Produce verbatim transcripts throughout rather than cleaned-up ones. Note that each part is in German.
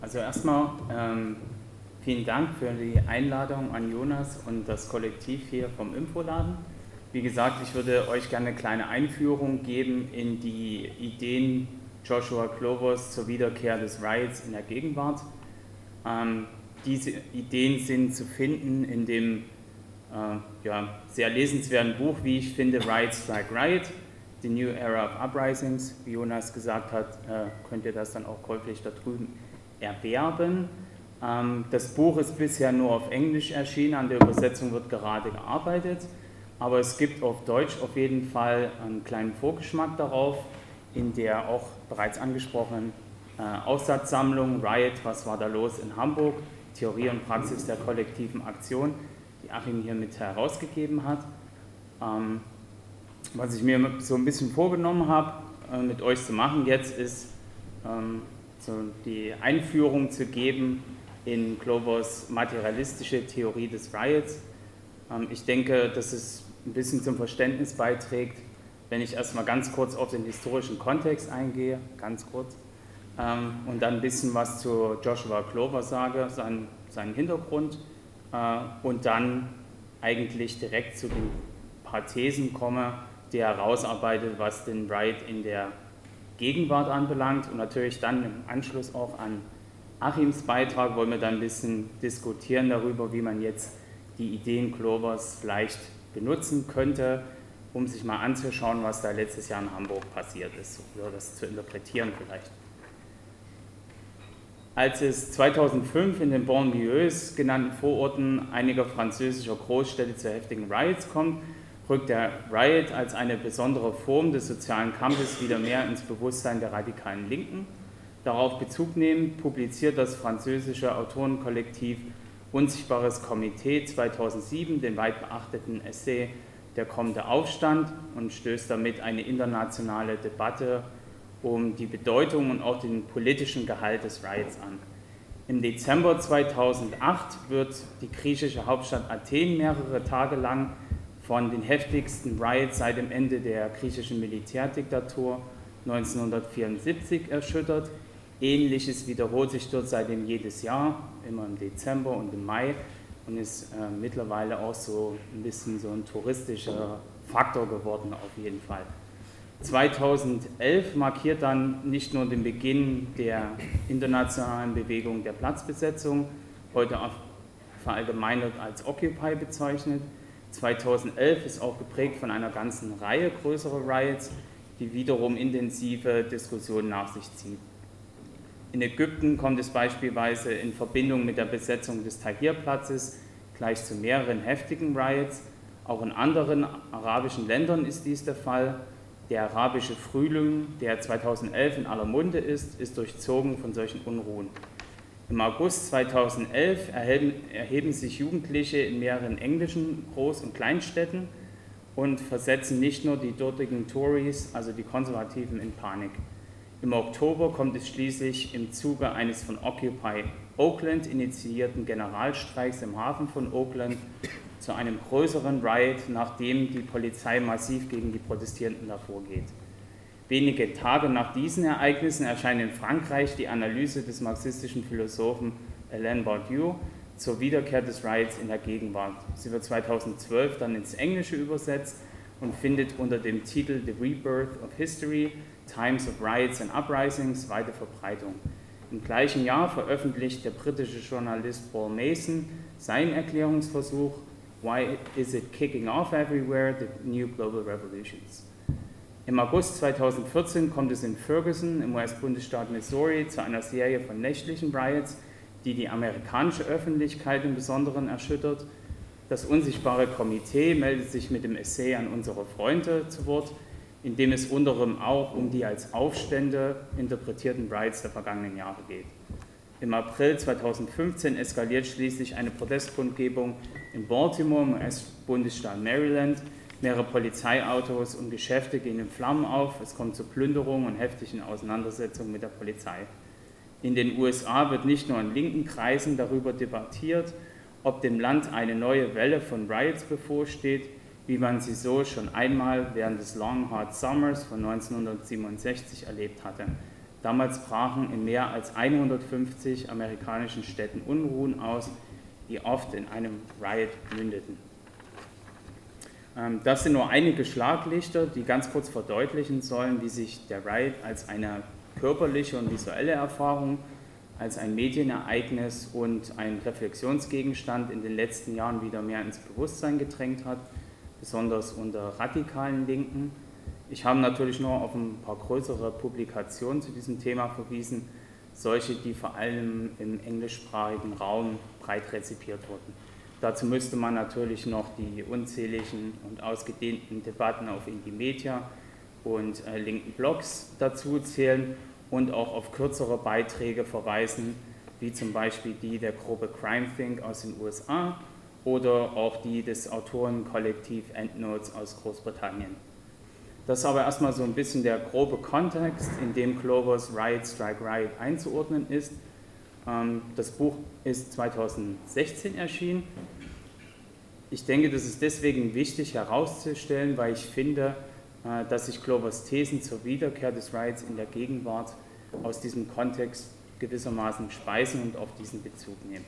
Also erstmal ähm, vielen Dank für die Einladung an Jonas und das Kollektiv hier vom Infoladen. Wie gesagt, ich würde euch gerne eine kleine Einführung geben in die Ideen Joshua Clovers zur Wiederkehr des Riots in der Gegenwart. Ähm, diese Ideen sind zu finden in dem äh, ja, sehr lesenswerten Buch, wie ich finde, Riots Like Riot, The New Era of Uprisings. Wie Jonas gesagt hat, äh, könnt ihr das dann auch käuflich da drüben erwerben. Ähm, das Buch ist bisher nur auf Englisch erschienen, an der Übersetzung wird gerade gearbeitet, aber es gibt auf Deutsch auf jeden Fall einen kleinen Vorgeschmack darauf, in der auch bereits angesprochenen äh, Aufsatzsammlung Riot, was war da los in Hamburg, Theorie und Praxis der kollektiven Aktion, die Achim hier mit herausgegeben hat. Ähm, was ich mir so ein bisschen vorgenommen habe, äh, mit euch zu machen jetzt, ist ähm, so die Einführung zu geben in Clovers materialistische Theorie des Riots. Ähm, ich denke, dass es ein bisschen zum Verständnis beiträgt, wenn ich erstmal ganz kurz auf den historischen Kontext eingehe, ganz kurz, ähm, und dann ein bisschen was zu Joshua Clover sage, sein, seinen Hintergrund, äh, und dann eigentlich direkt zu den paar Thesen komme, die herausarbeitet, was den Riot in der Gegenwart anbelangt, und natürlich dann im Anschluss auch an Achims Beitrag wollen wir dann ein bisschen diskutieren darüber, wie man jetzt die Ideen Clovers vielleicht benutzen könnte, um sich mal anzuschauen, was da letztes Jahr in Hamburg passiert ist, oder das zu interpretieren vielleicht. Als es zweitausendfünf in den Banlieues genannten Vororten einiger französischer Großstädte zu heftigen Riots kommt, rückt der Riot als eine besondere Form des sozialen Kampfes wieder mehr ins Bewusstsein der radikalen Linken. Darauf Bezug nehmend publiziert das französische Autorenkollektiv Unsichtbares Komitee zweitausendsieben den weit beachteten Essay Der kommende Aufstand und stößt damit eine internationale Debatte um die Bedeutung und auch den politischen Gehalt des Riots an. Im Dezember zweitausendacht wird die griechische Hauptstadt Athen mehrere Tage lang von den heftigsten Riots seit dem Ende der griechischen Militärdiktatur neunzehnhundertvierundsiebzig erschüttert. Ähnliches wiederholt sich dort seitdem jedes Jahr, immer im Dezember und im Mai, und ist äh, mittlerweile auch so ein bisschen so ein touristischer Faktor geworden auf jeden Fall. zweitausendelf markiert dann nicht nur den Beginn der internationalen Bewegung der Platzbesetzung, heute verallgemeinert als Occupy bezeichnet. zweitausendelf ist auch geprägt von einer ganzen Reihe größerer Riots, die wiederum intensive Diskussionen nach sich zieht. In Ägypten kommt es beispielsweise in Verbindung mit der Besetzung des Tahrir-Platzes gleich zu mehreren heftigen Riots. Auch in anderen arabischen Ländern ist dies der Fall. Der arabische Frühling, der zweitausendelf in aller Munde ist, ist durchzogen von solchen Unruhen. Im August zweitausendelf erheben, erheben sich Jugendliche in mehreren englischen Groß- und Kleinstädten und versetzen nicht nur die dortigen Tories, also die Konservativen, in Panik. Im Oktober kommt es schließlich im Zuge eines von Occupy Oakland initiierten Generalstreiks im Hafen von Oakland zu einem größeren Riot, nachdem die Polizei massiv gegen die Protestierenden davor geht. Wenige Tage nach diesen Ereignissen erscheint in Frankreich die Analyse des marxistischen Philosophen Alain Badiou zur Wiederkehr des Riots in der Gegenwart. Sie wird zweitausendzwölf dann ins Englische übersetzt und findet unter dem Titel The Rebirth of History, Times of Riots and Uprisings weite Verbreitung. Im gleichen Jahr veröffentlicht der britische Journalist Paul Mason seinen Erklärungsversuch Why is it kicking off everywhere? The New Global Revolutions. Im August zweitausendvierzehn kommt es in Ferguson im U S-Bundesstaat Missouri zu einer Serie von nächtlichen Riots, die die amerikanische Öffentlichkeit im Besonderen erschüttert. Das Unsichtbare Komitee meldet sich mit dem Essay an unsere Freunde zu Wort, in dem es unter anderem auch um die als Aufstände interpretierten Riots der vergangenen Jahre geht. Im April zweitausendfünfzehn eskaliert schließlich eine Protestkundgebung in Baltimore im U S-Bundesstaat Maryland. Mehrere Polizeiautos und Geschäfte gehen in Flammen auf. Es kommt zu Plünderungen und heftigen Auseinandersetzungen mit der Polizei. In den U S A wird nicht nur in linken Kreisen darüber debattiert, ob dem Land eine neue Welle von Riots bevorsteht, wie man sie so schon einmal während des Long Hard Summers von neunzehnhundertsiebenundsechzig erlebt hatte. Damals brachen in mehr als hundertfünfzig amerikanischen Städten Unruhen aus, die oft in einem Riot mündeten. Das sind nur einige Schlaglichter, die ganz kurz verdeutlichen sollen, wie sich der Riot als eine körperliche und visuelle Erfahrung, als ein Medienereignis und ein Reflexionsgegenstand in den letzten Jahren wieder mehr ins Bewusstsein gedrängt hat, besonders unter radikalen Linken. Ich habe natürlich nur auf ein paar größere Publikationen zu diesem Thema verwiesen, solche, die vor allem im englischsprachigen Raum breit rezipiert wurden. Dazu müsste man natürlich noch die unzähligen und ausgedehnten Debatten auf Indymedia und äh, linken Blogs dazu zählen und auch auf kürzere Beiträge verweisen, wie zum Beispiel die der Gruppe Crime Think aus den U S A oder auch die des Autorenkollektiv Endnotes aus Großbritannien. Das ist aber erstmal so ein bisschen der grobe Kontext, in dem Clovers Riot, Strike, Riot einzuordnen ist. Das Buch ist zweitausendsechzehn erschienen. Ich denke, das ist deswegen wichtig herauszustellen, weil ich finde, dass sich Clovers Thesen zur Wiederkehr des Riots in der Gegenwart aus diesem Kontext gewissermaßen speisen und auf diesen Bezug nehmen.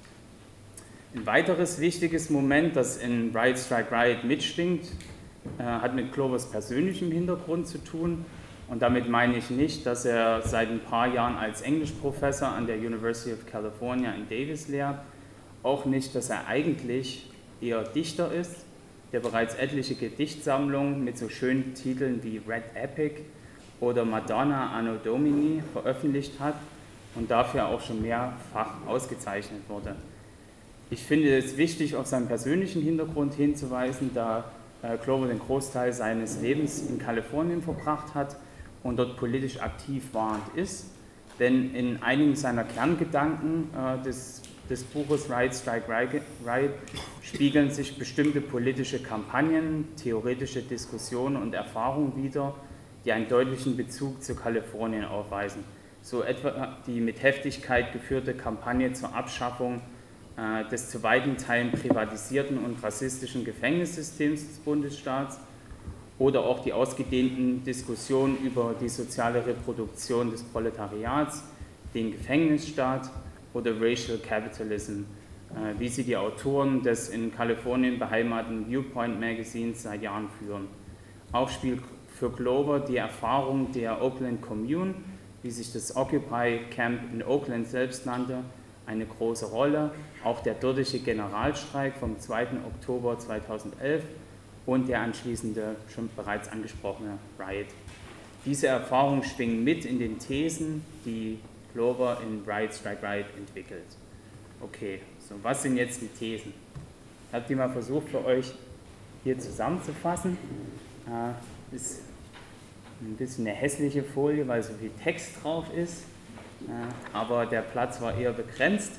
Ein weiteres wichtiges Moment, das in Riot, Strike, Riot mitschwingt, hat mit Clovers persönlichem Hintergrund zu tun. Und damit meine ich nicht, dass er seit ein paar Jahren als Englischprofessor an der University of California in Davis lehrt, auch nicht, dass er eigentlich eher Dichter ist, der bereits etliche Gedichtsammlungen mit so schönen Titeln wie Red Epic oder Madonna Anno Domini veröffentlicht hat und dafür auch schon mehrfach ausgezeichnet wurde. Ich finde es wichtig, auf seinen persönlichen Hintergrund hinzuweisen, da äh, Clover den Großteil seines Lebens in Kalifornien verbracht hat und dort politisch aktiv war und ist, denn in einigen seiner Kerngedanken äh, des, des Buches Riot, Strike, Riot spiegeln sich bestimmte politische Kampagnen, theoretische Diskussionen und Erfahrungen wider, die einen deutlichen Bezug zu Kalifornien aufweisen. So etwa die mit Heftigkeit geführte Kampagne zur Abschaffung äh, des zu weiten Teilen privatisierten und rassistischen Gefängnissystems des Bundesstaats, oder auch die ausgedehnten Diskussionen über die soziale Reproduktion des Proletariats, den Gefängnisstaat oder Racial Capitalism, wie sie die Autoren des in Kalifornien beheimateten Viewpoint Magazins seit Jahren führen. Auch spielt für Clover die Erfahrung der Oakland Commune, wie sich das Occupy Camp in Oakland selbst nannte, eine große Rolle. Auch der dortige Generalstreik vom zweiten Oktober zweitausendelf und der anschließende, schon bereits angesprochene Riot. Diese Erfahrungen schwingen mit in den Thesen, die Clover in Riot, Strike, Riot entwickelt. Okay, so was sind jetzt die Thesen? Ich habe die mal versucht für euch hier zusammenzufassen. Äh, ist ein bisschen eine hässliche Folie, weil so viel Text drauf ist, äh, aber der Platz war eher begrenzt.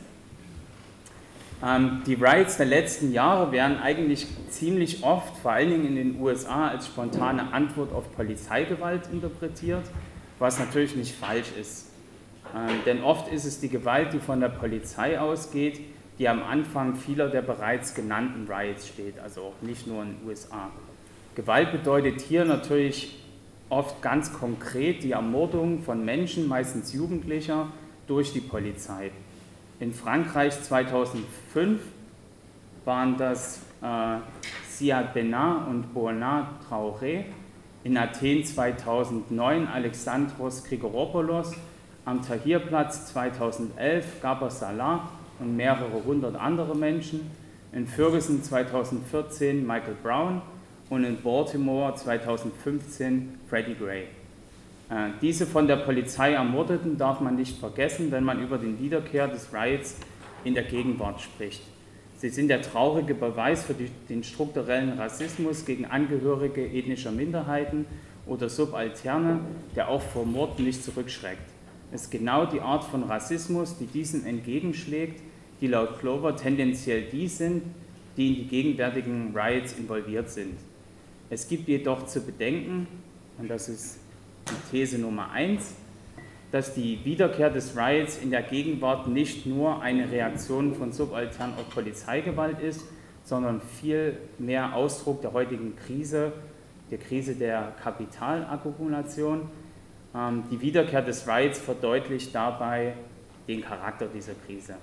Die Riots der letzten Jahre werden eigentlich ziemlich oft, vor allen Dingen in den U S A, als spontane Antwort auf Polizeigewalt interpretiert, was natürlich nicht falsch ist. Ähm, denn oft ist es die Gewalt, die von der Polizei ausgeht, die am Anfang vieler der bereits genannten Riots steht, also auch nicht nur in den U S A. Gewalt bedeutet hier natürlich oft ganz konkret die Ermordung von Menschen, meistens Jugendlicher, durch die Polizei. In Frankreich zweitausendfünf waren das äh, Siad Benar und Bernard Traoré, in Athen zweitausendneun Alexandros Grigoropoulos, am Tahrirplatz zweitausendelf Gabor Salah und mehrere hundert andere Menschen, in Ferguson zweitausendvierzehn Michael Brown und in Baltimore zweitausendfünfzehn Freddie Gray. Äh, diese von der Polizei Ermordeten darf man nicht vergessen, wenn man über den Wiederkehr des Riots in der Gegenwart spricht. Sie sind der traurige Beweis für die, den strukturellen Rassismus gegen Angehörige ethnischer Minderheiten oder Subalterne, der auch vor Mord nicht zurückschreckt. Es ist genau die Art von Rassismus, die diesem entgegenschlägt, die laut Clover tendenziell die sind, die in die gegenwärtigen Riots involviert sind. Es gibt jedoch zu bedenken, und das ist die These Nummer eins, dass die Wiederkehr des Riots in der Gegenwart nicht nur eine Reaktion von Subaltern auf Polizeigewalt ist, sondern viel mehr Ausdruck der heutigen Krise, der Krise der Kapitalakkumulation Die Wiederkehr des Riots verdeutlicht dabei den Charakter dieser Krise.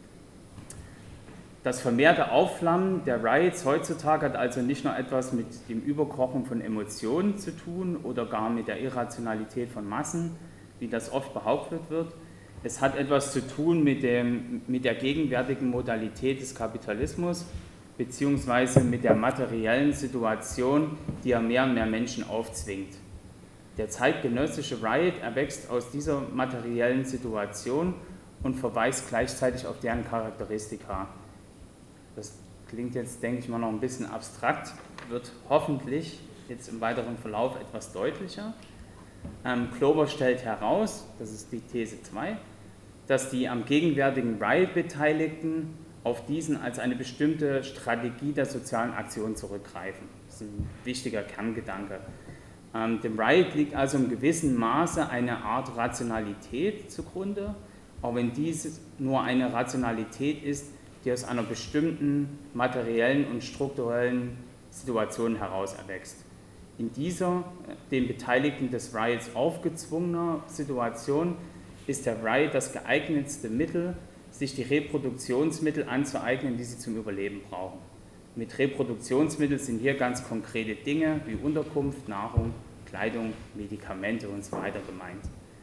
Das vermehrte Aufflammen der Riots heutzutage hat also nicht nur etwas mit dem Überkochen von Emotionen zu tun oder gar mit der Irrationalität von Massen, wie das oft behauptet wird. Es hat etwas zu tun mit, dem, mit der gegenwärtigen Modalität des Kapitalismus beziehungsweise mit der materiellen Situation, die er mehr und mehr Menschen aufzwingt. Der zeitgenössische Riot erwächst aus dieser materiellen Situation und verweist gleichzeitig auf deren Charakteristika. Das klingt jetzt, denke ich mal, noch ein bisschen abstrakt, wird hoffentlich jetzt im weiteren Verlauf etwas deutlicher. Ähm, Klober stellt heraus, das ist die These zwei, dass die am gegenwärtigen Riot Beteiligten auf diesen als eine bestimmte Strategie der sozialen Aktion zurückgreifen. Das ist ein wichtiger Kerngedanke. Ähm, dem Riot liegt also im gewissen Maße eine Art Rationalität zugrunde, auch wenn dies nur eine Rationalität ist, die aus einer bestimmten materiellen und strukturellen Situation heraus erwächst. In dieser, den Beteiligten des Riots aufgezwungener Situation, ist der Riot das geeignetste Mittel, sich die Reproduktionsmittel anzueignen, die sie zum Überleben brauchen. Mit Reproduktionsmitteln sind hier ganz konkrete Dinge wie Unterkunft, Nahrung, Kleidung, Medikamente und so weiter gemeint.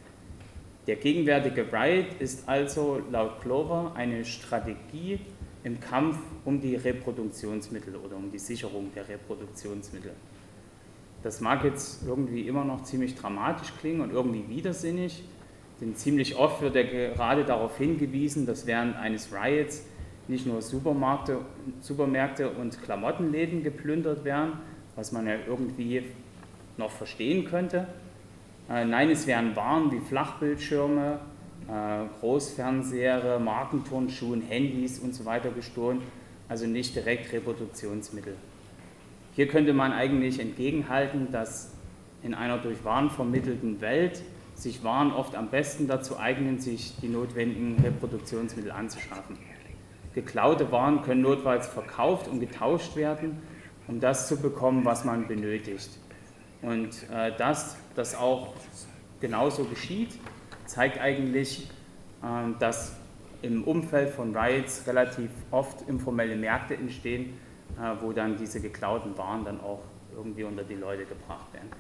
Der gegenwärtige Riot ist also laut Klover eine Strategie im Kampf um die Reproduktionsmittel oder um die Sicherung der Reproduktionsmittel. Das mag jetzt irgendwie immer noch ziemlich dramatisch klingen und irgendwie widersinnig, denn ziemlich oft wird ja gerade darauf hingewiesen, dass während eines Riots nicht nur Supermärkte, Supermärkte und Klamottenläden geplündert werden, was man ja irgendwie noch verstehen könnte. Äh, nein, es werden Waren wie Flachbildschirme, äh, Großfernseher, Markenturnschuhe, Handys und so weiter gestohlen, also nicht direkt Reproduktionsmittel. Hier könnte man eigentlich entgegenhalten, dass in einer durch Waren vermittelten Welt sich Waren oft am besten dazu eignen, sich die notwendigen Reproduktionsmittel anzuschaffen. Geklaute Waren können notfalls verkauft und getauscht werden, um das zu bekommen, was man benötigt. Und äh, dass das auch genauso geschieht, zeigt eigentlich, äh, dass im Umfeld von Riots relativ oft informelle Märkte entstehen, äh, wo dann diese geklauten Waren dann auch irgendwie unter die Leute gebracht werden.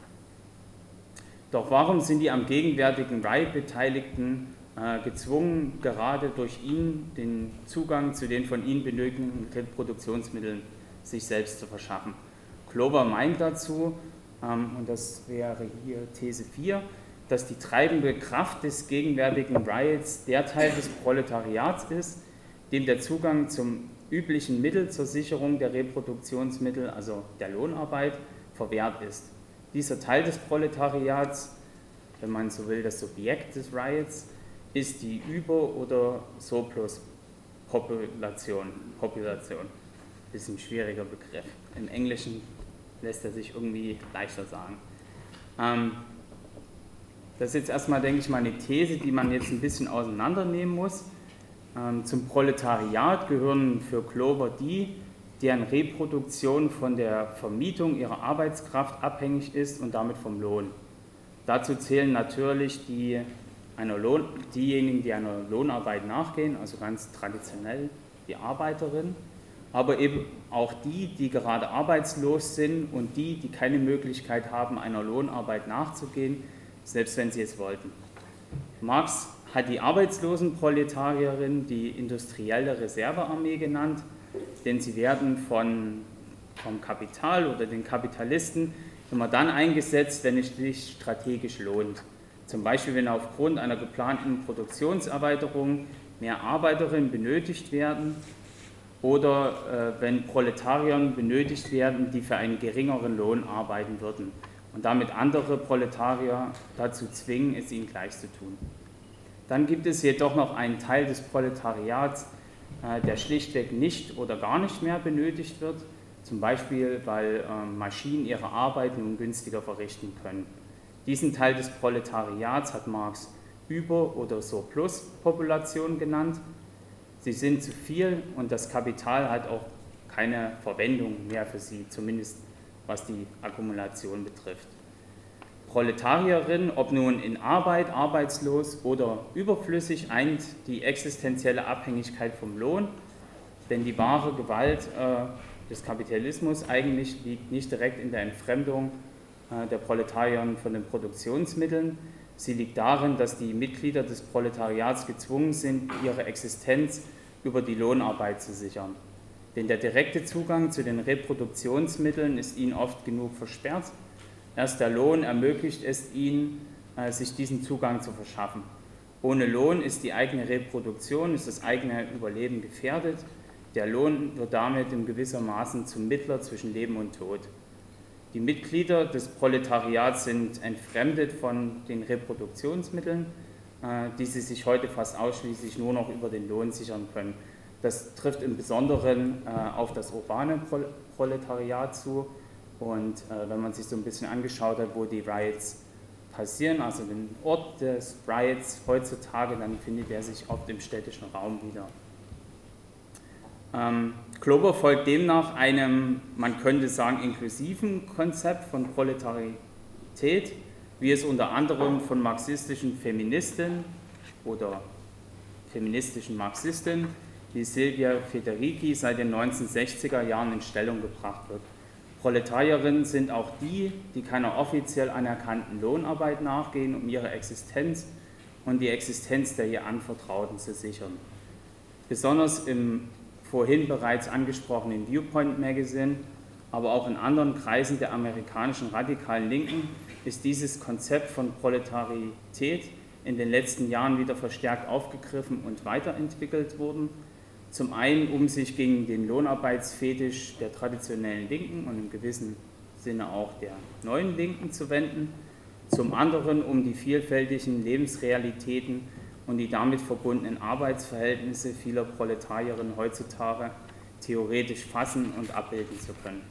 Doch warum sind die am gegenwärtigen Riot Beteiligten äh, gezwungen, gerade durch ihn den Zugang zu den von ihnen benötigten Reproduktionsmitteln sich selbst zu verschaffen? Klover meint dazu, ähm, und das wäre hier These vier, dass die treibende Kraft des gegenwärtigen Riots der Teil des Proletariats ist, dem der Zugang zum üblichen Mittel zur Sicherung der Reproduktionsmittel, also der Lohnarbeit, verwehrt ist. Dieser Teil des Proletariats, wenn man so will, das Subjekt des Riots, ist die Über- oder Surplus-Population. Population. Bisschen schwieriger Begriff. Im Englischen lässt er sich irgendwie leichter sagen. Ähm, das ist jetzt erstmal, denke ich mal, eine These, die man jetzt ein bisschen auseinandernehmen muss. Ähm, zum Proletariat gehören für Klover die, deren Reproduktion von der Vermietung ihrer Arbeitskraft abhängig ist und damit vom Lohn. Dazu zählen natürlich die, einer Lohn, diejenigen, die einer Lohnarbeit nachgehen, also ganz traditionell die Arbeiterinnen, aber eben auch die, die gerade arbeitslos sind und die, die keine Möglichkeit haben, einer Lohnarbeit nachzugehen, selbst wenn sie es wollten. Marx hat die arbeitslosen Proletarierinnen die industrielle Reservearmee genannt, denn sie werden von, vom Kapital oder den Kapitalisten immer dann eingesetzt, wenn es sich strategisch lohnt. Zum Beispiel, wenn aufgrund einer geplanten Produktionserweiterung mehr Arbeiterinnen benötigt werden oder äh, wenn Proletariern benötigt werden, die für einen geringeren Lohn arbeiten würden und damit andere Proletarier dazu zwingen, es ihnen gleich zu tun. Dann gibt es jedoch noch einen Teil des Proletariats, der schlichtweg nicht oder gar nicht mehr benötigt wird, zum Beispiel, weil Maschinen ihre Arbeit nun günstiger verrichten können. Diesen Teil des Proletariats hat Marx Über- oder Surplus-Population genannt. Sie sind zu viel und das Kapital hat auch keine Verwendung mehr für sie, zumindest was die Akkumulation betrifft. Proletarierin, ob nun in Arbeit, arbeitslos oder überflüssig, eint die existenzielle Abhängigkeit vom Lohn, denn die wahre Gewalt äh, des Kapitalismus eigentlich liegt nicht direkt in der Entfremdung äh, der Proletarier von den Produktionsmitteln. Sie liegt darin, dass die Mitglieder des Proletariats gezwungen sind, ihre Existenz über die Lohnarbeit zu sichern. Denn der direkte Zugang zu den Reproduktionsmitteln ist ihnen oft genug versperrt. Erst der Lohn ermöglicht es ihnen, äh, sich diesen Zugang zu verschaffen. Ohne Lohn ist die eigene Reproduktion, ist das eigene Überleben gefährdet. Der Lohn wird damit in gewissermaßen zum Mittler zwischen Leben und Tod. Die Mitglieder des Proletariats sind entfremdet von den Reproduktionsmitteln, äh, die sie sich heute fast ausschließlich nur noch über den Lohn sichern können. Das trifft im Besonderen äh, auf das urbane Proletariat zu. Und äh, wenn man sich so ein bisschen angeschaut hat, wo die Riots passieren, also den Ort des Riots heutzutage, dann findet er sich oft im städtischen Raum wieder. Ähm, Klober folgt demnach einem, man könnte sagen, inklusiven Konzept von Proletarität, wie es unter anderem von marxistischen Feministen oder feministischen Marxisten wie Silvia Federici seit den neunzehnhundertsechziger Jahren in Stellung gebracht wird. Proletarierinnen sind auch die, die keiner offiziell anerkannten Lohnarbeit nachgehen, um ihre Existenz und die Existenz der ihr Anvertrauten zu sichern. Besonders im vorhin bereits angesprochenen Viewpoint Magazine, aber auch in anderen Kreisen der amerikanischen radikalen Linken ist dieses Konzept von Proletarität in den letzten Jahren wieder verstärkt aufgegriffen und weiterentwickelt worden. Zum einen, um sich gegen den Lohnarbeitsfetisch der traditionellen Linken und im gewissen Sinne auch der neuen Linken zu wenden. Zum anderen, um die vielfältigen Lebensrealitäten und die damit verbundenen Arbeitsverhältnisse vieler Proletarierinnen heutzutage theoretisch fassen und abbilden zu können.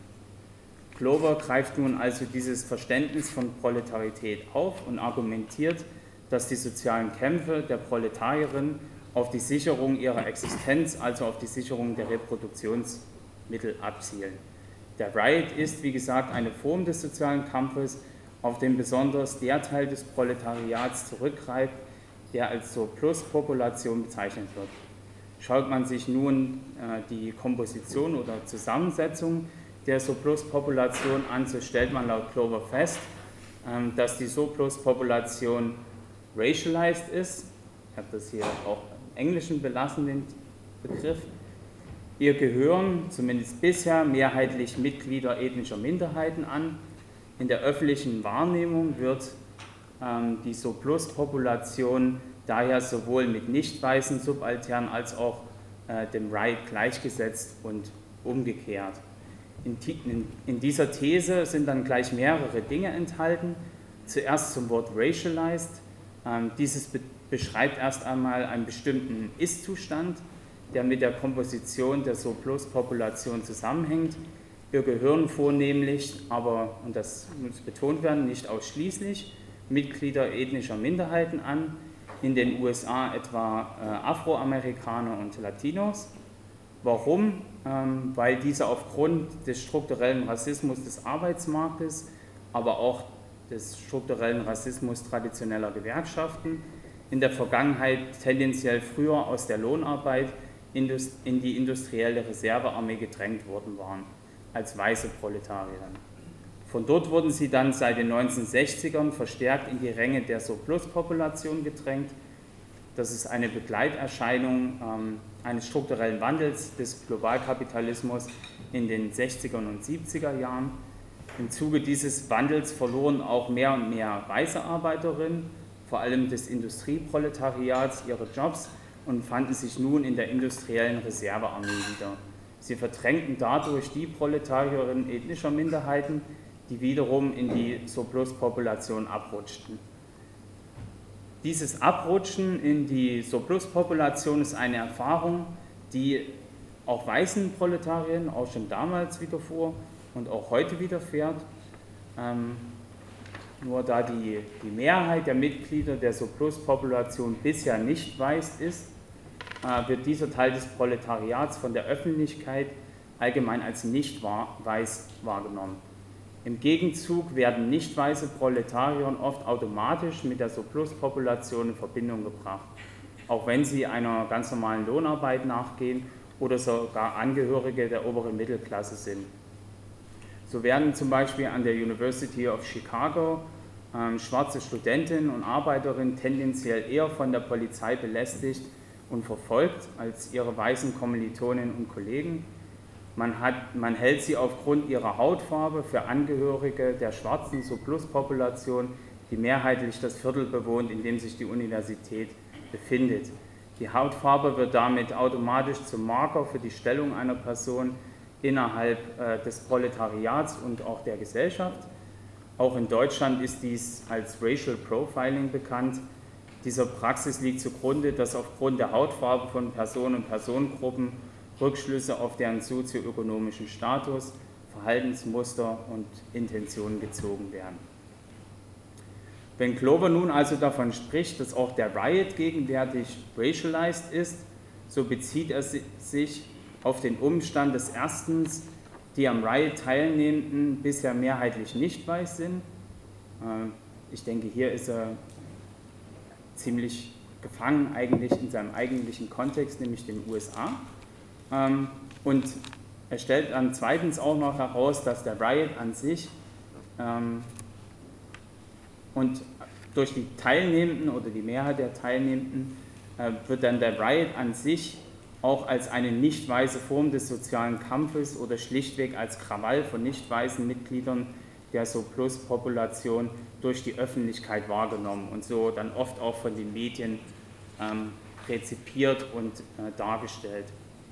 Klober greift nun also dieses Verständnis von Proletarität auf und argumentiert, dass die sozialen Kämpfe der Proletarierinnen auf die Sicherung ihrer Existenz, also auf die Sicherung der Reproduktionsmittel abzielen. Der Riot ist, wie gesagt, eine Form des sozialen Kampfes, auf den besonders der Teil des Proletariats zurückgreift, der als Surpluspopulation bezeichnet wird. Schaut man sich nun äh, die Komposition oder Zusammensetzung der Surpluspopulation an, so stellt man laut Klober fest, ähm, dass die Surpluspopulation racialized ist. Ich habe das hier auch im Englischen belassen, den Begriff. Ihr gehören zumindest bisher mehrheitlich Mitglieder ethnischer Minderheiten an. In der öffentlichen Wahrnehmung wird ähm, die Surpluspopulation daher sowohl mit nicht weißen Subalternen als auch äh, dem Riot gleichgesetzt und umgekehrt. In, in, in dieser These sind dann gleich mehrere Dinge enthalten. Zuerst zum Wort racialized. Ähm, dieses be beschreibt erst einmal einen bestimmten Ist-Zustand, der mit der Komposition der Surpluspopulation zusammenhängt. Ihr gehören vornehmlich, aber, und das muss betont werden, nicht ausschließlich Mitglieder ethnischer Minderheiten an, in den U S A etwa äh, Afroamerikaner und Latinos. Warum? Ähm, weil diese aufgrund des strukturellen Rassismus des Arbeitsmarktes, aber auch des strukturellen Rassismus traditioneller Gewerkschaften in der Vergangenheit tendenziell früher aus der Lohnarbeit in die industrielle Reservearmee gedrängt worden waren, als weiße Proletarier. Von dort wurden sie dann seit den neunzehnhundertsechzigern verstärkt in die Ränge der Surpluspopulation gedrängt. Das ist eine Begleiterscheinung ähm, eines strukturellen Wandels des Globalkapitalismus in den sechzigern und siebziger Jahren. Im Zuge dieses Wandels verloren auch mehr und mehr weiße Arbeiterinnen, vor allem des Industrieproletariats, ihre Jobs und fanden sich nun in der industriellen Reservearmee wieder. Sie verdrängten dadurch die Proletarierinnen ethnischer Minderheiten, die wiederum in die Surpluspopulation abrutschten. Dieses Abrutschen in die Surpluspopulation ist eine Erfahrung, die auch weißen Proletariern auch schon damals widerfuhr und auch heute widerfährt. Ähm, nur da die, die Mehrheit der Mitglieder der Surpluspopulation bisher nicht weiß ist, äh, wird dieser Teil des Proletariats von der Öffentlichkeit allgemein als nicht wahr, weiß wahrgenommen. Im Gegenzug werden nicht weiße Proletarier oft automatisch mit der Surpluspopulation in Verbindung gebracht, auch wenn sie einer ganz normalen Lohnarbeit nachgehen oder sogar Angehörige der oberen Mittelklasse sind. So werden zum Beispiel an der University of Chicago ähm, schwarze Studentinnen und Arbeiterinnen tendenziell eher von der Polizei belästigt und verfolgt als ihre weißen Kommilitoninnen und Kollegen. Man, hat, man hält sie aufgrund ihrer Hautfarbe für Angehörige der schwarzen Surpluspopulation, die mehrheitlich das Viertel bewohnt, in dem sich die Universität befindet. Die Hautfarbe wird damit automatisch zum Marker für die Stellung einer Person innerhalb äh, des Proletariats und auch der Gesellschaft. Auch in Deutschland ist dies als Racial Profiling bekannt. Dieser Praxis liegt zugrunde, dass aufgrund der Hautfarbe von Personen und Personengruppen Rückschlüsse auf deren sozioökonomischen Status, Verhaltensmuster und Intentionen gezogen werden. Wenn Glover nun also davon spricht, dass auch der Riot gegenwärtig racialized ist, so bezieht er sich auf den Umstand, dass erstens die am Riot Teilnehmenden bisher mehrheitlich nicht weiß sind. Ich denke, hier ist er ziemlich gefangen eigentlich in seinem eigentlichen Kontext, nämlich den U S A. Und er stellt dann zweitens auch noch heraus, dass der Riot an sich und durch die Teilnehmenden oder die Mehrheit der Teilnehmenden wird dann der Riot an sich auch als eine nicht weiße Form des sozialen Kampfes oder schlichtweg als Krawall von nicht weißen Mitgliedern der Surpluspopulation durch die Öffentlichkeit wahrgenommen und so dann oft auch von den Medien ähm, rezipiert und äh, dargestellt.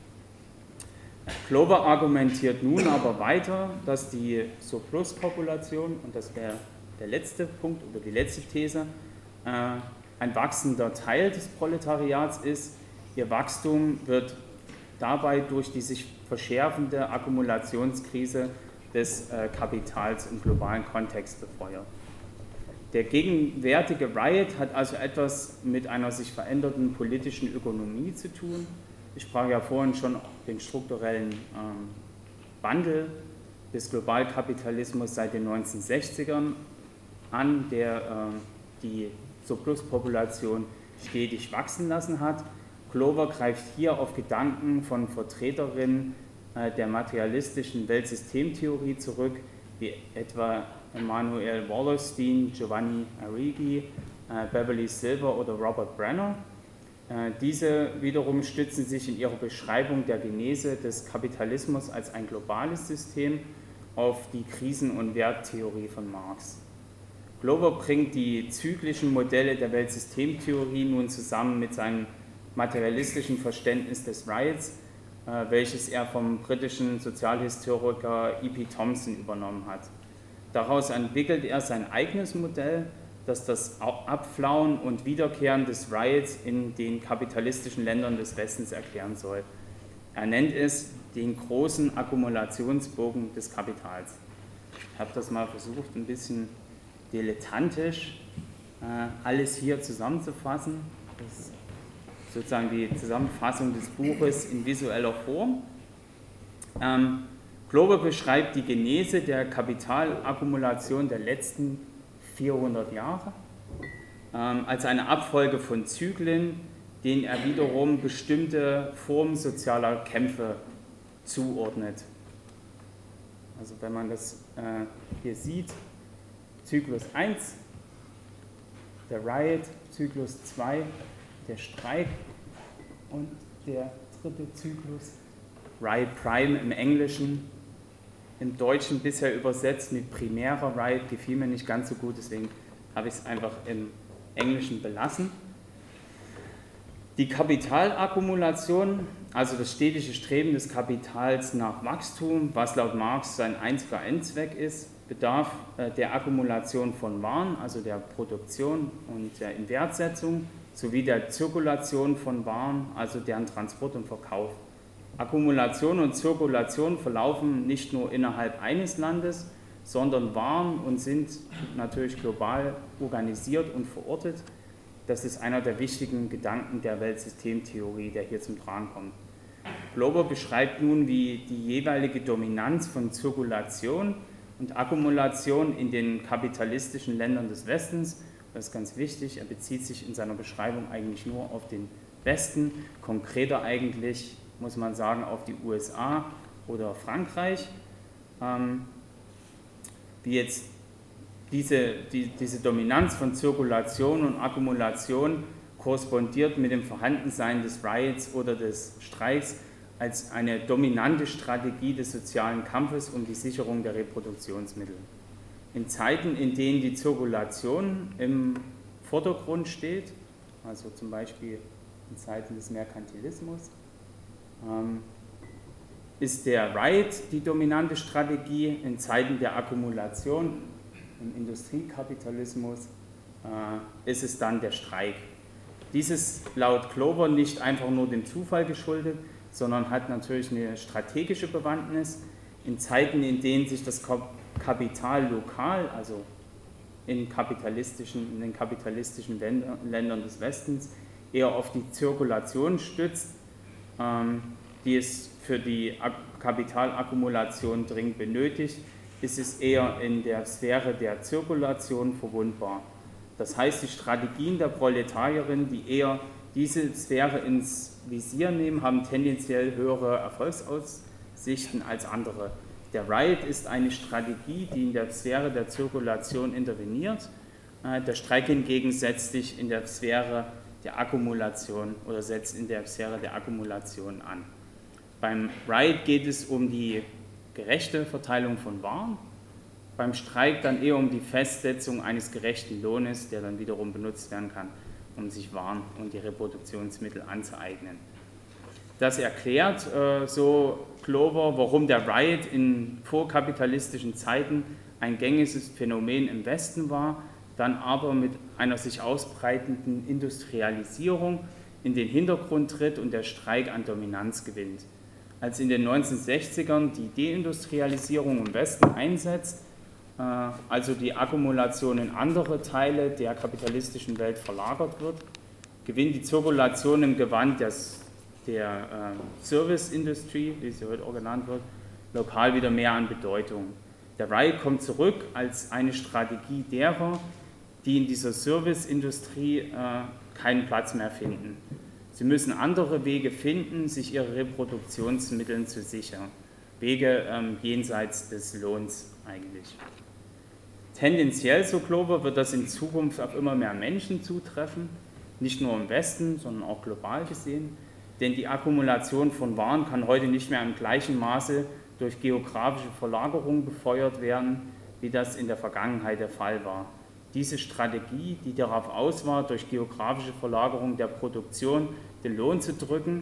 Glover argumentiert nun aber weiter, dass die Surpluspopulation, und das wäre der letzte Punkt oder die letzte These, äh, ein wachsender Teil des Proletariats ist. Ihr Wachstum wird dabei durch die sich verschärfende Akkumulationskrise des äh, Kapitals im globalen Kontext befeuert. Der gegenwärtige Riot hat also etwas mit einer sich verändernden politischen Ökonomie zu tun. Ich sprach ja vorhin schon den strukturellen ähm, Wandel des Globalkapitalismus seit den neunzehnhundertsechzigern an, der äh, die Surpluspopulation stetig wachsen lassen hat. Glover greift hier auf Gedanken von Vertreterinnen äh, der materialistischen Weltsystemtheorie zurück, wie etwa Emanuel Wallerstein, Giovanni Arrighi, äh, Beverly Silver oder Robert Brenner. Äh, diese wiederum stützen sich in ihrer Beschreibung der Genese des Kapitalismus als ein globales System auf die Krisen- und Werttheorie von Marx. Glover bringt die zyklischen Modelle der Weltsystemtheorie nun zusammen mit seinem materialistischen Verständnis des Riots, äh, welches er vom britischen Sozialhistoriker E P Thompson übernommen hat. Daraus entwickelt er sein eigenes Modell, das das Abflauen und Wiederkehren des Riots in den kapitalistischen Ländern des Westens erklären soll. Er nennt es den großen Akkumulationsbogen des Kapitals. Ich habe das mal versucht, ein bisschen dilettantisch äh, alles hier zusammenzufassen. Das ist sozusagen die Zusammenfassung des Buches in visueller Form. Ähm, Glover beschreibt die Genese der Kapitalakkumulation der letzten vierhundert Jahre ähm, als eine Abfolge von Zyklen, denen er wiederum bestimmte Formen sozialer Kämpfe zuordnet. Also wenn man das äh, hier sieht, Zyklus eins, der Riot, Zyklus zwei, der Streik und der dritte Zyklus, Riot Prime im Englischen, im Deutschen bisher übersetzt mit primärer Riot, gefiel mir nicht ganz so gut, deswegen habe ich es einfach im Englischen belassen. Die Kapitalakkumulation, also das stetige Streben des Kapitals nach Wachstum, was laut Marx sein einziger Endzweck ist, bedarf äh, der Akkumulation von Waren, also der Produktion und der Inwertsetzung, sowie der Zirkulation von Waren, also deren Transport und Verkauf. Akkumulation und Zirkulation verlaufen nicht nur innerhalb eines Landes, sondern waren und sind natürlich global organisiert und verortet. Das ist einer der wichtigen Gedanken der Weltsystemtheorie, der hier zum Tragen kommt. Glover beschreibt nun, wie die jeweilige Dominanz von Zirkulation und Akkumulation in den kapitalistischen Ländern des Westens. Das ist ganz wichtig, er bezieht sich in seiner Beschreibung eigentlich nur auf den Westen, konkreter eigentlich, muss man sagen, auf die U S A oder Frankreich. Ähm, wie jetzt diese, die, diese Dominanz von Zirkulation und Akkumulation korrespondiert mit dem Vorhandensein des Riots oder des Streiks als eine dominante Strategie des sozialen Kampfes um die Sicherung der Reproduktionsmittel. In Zeiten, in denen die Zirkulation im Vordergrund steht, also zum Beispiel in Zeiten des Merkantilismus, ähm, ist der Riot die dominante Strategie. In Zeiten der Akkumulation im Industriekapitalismus äh, ist es dann der Streik. Dies ist laut Glover nicht einfach nur dem Zufall geschuldet, sondern hat natürlich eine strategische Bewandtnis. In Zeiten, in denen sich das Kapital lokal, also in, kapitalistischen, in den kapitalistischen Ländern des Westens, eher auf die Zirkulation stützt, ähm, die es für die Kapitalakkumulation dringend benötigt, ist es eher in der Sphäre der Zirkulation verwundbar. Das heißt, die Strategien der Proletarierinnen, die eher diese Sphäre ins Visier nehmen, haben tendenziell höhere Erfolgsaussichten als andere. Der Riot ist eine Strategie, die in der Sphäre der Zirkulation interveniert. Der Streik hingegen setzt sich in der Sphäre der Akkumulation oder setzt in der Sphäre der Akkumulation an. Beim Riot geht es um die gerechte Verteilung von Waren, beim Streik dann eher um die Festsetzung eines gerechten Lohnes, der dann wiederum benutzt werden kann, um sich Waren und die Reproduktionsmittel anzueignen. Das erklärt äh, so Glover, warum der Riot in vorkapitalistischen Zeiten ein gängiges Phänomen im Westen war, dann aber mit einer sich ausbreitenden Industrialisierung in den Hintergrund tritt und der Streik an Dominanz gewinnt. Als in den neunzehnhundertsechzigern die Deindustrialisierung im Westen einsetzt, äh, also die Akkumulation in andere Teile der kapitalistischen Welt verlagert wird, gewinnt die Zirkulation im Gewand des der äh, Service-Industrie, wie sie heute auch genannt wird, lokal wieder mehr an Bedeutung. Der Riot kommt zurück als eine Strategie derer, die in dieser Service-Industrie äh, keinen Platz mehr finden. Sie müssen andere Wege finden, sich ihre Reproduktionsmittel zu sichern. Wege ähm, jenseits des Lohns eigentlich. Tendenziell, so Glover, wird das in Zukunft auf immer mehr Menschen zutreffen, nicht nur im Westen, sondern auch global gesehen. Denn die Akkumulation von Waren kann heute nicht mehr im gleichen Maße durch geografische Verlagerung befeuert werden, wie das in der Vergangenheit der Fall war. Diese Strategie, die darauf aus war, durch geografische Verlagerung der Produktion den Lohn zu drücken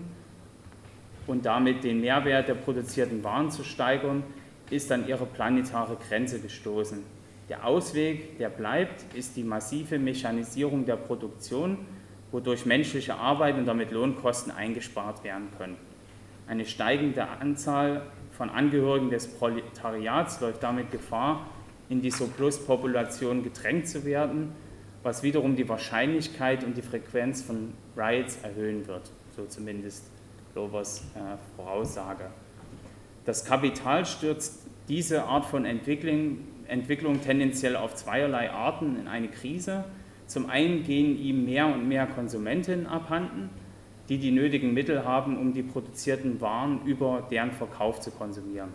und damit den Mehrwert der produzierten Waren zu steigern, ist an ihre planetare Grenze gestoßen. Der Ausweg, der bleibt, ist die massive Mechanisierung der Produktion, wodurch menschliche Arbeit und damit Lohnkosten eingespart werden können. Eine steigende Anzahl von Angehörigen des Proletariats läuft damit Gefahr, in die Surpluspopulation gedrängt zu werden, was wiederum die Wahrscheinlichkeit und die Frequenz von Riots erhöhen wird, so zumindest Glovers äh, Voraussage. Das Kapital stürzt diese Art von Entwicklung, Entwicklung tendenziell auf zweierlei Arten in eine Krise. Zum einen gehen ihm mehr und mehr Konsumentinnen abhanden, die die nötigen Mittel haben, um die produzierten Waren über deren Verkauf zu konsumieren.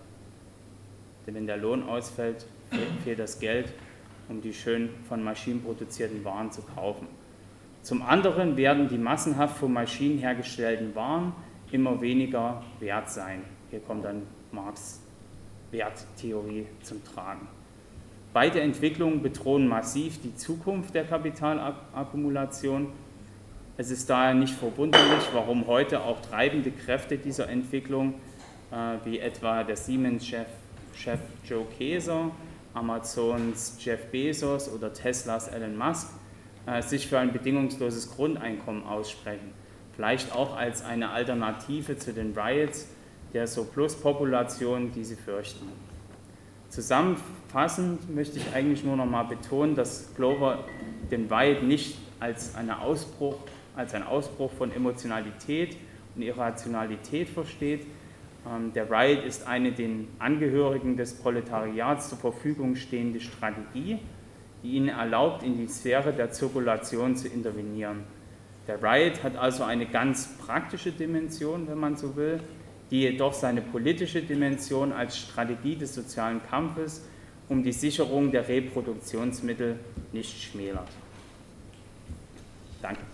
Denn wenn der Lohn ausfällt, fehlt das Geld, um die schön von Maschinen produzierten Waren zu kaufen. Zum anderen werden die massenhaft von Maschinen hergestellten Waren immer weniger wert sein. Hier kommt dann Marx' Werttheorie zum Tragen. Beide Entwicklungen bedrohen massiv die Zukunft der Kapitalakkumulation. Es ist daher nicht verwunderlich, warum heute auch treibende Kräfte dieser Entwicklung, äh, wie etwa der Siemens-Chef Chef Joe Kaeser, Amazons Jeff Bezos oder Teslas Elon Musk, äh, sich für ein bedingungsloses Grundeinkommen aussprechen. Vielleicht auch als eine Alternative zu den Riots der Surpluspopulation, die sie fürchten. Zusammenfassend möchte ich eigentlich nur noch mal betonen, dass Glover den Riot nicht als, eine Ausbruch, als einen Ausbruch von Emotionalität und Irrationalität versteht, Der Riot ist eine den Angehörigen des Proletariats zur Verfügung stehende Strategie, die ihnen erlaubt, in die Sphäre der Zirkulation zu intervenieren. Der Riot hat also eine ganz praktische Dimension, wenn man so will, die jedoch seine politische Dimension als Strategie des sozialen Kampfes um die Sicherung der Reproduktionsmittel nicht schmälert. Danke.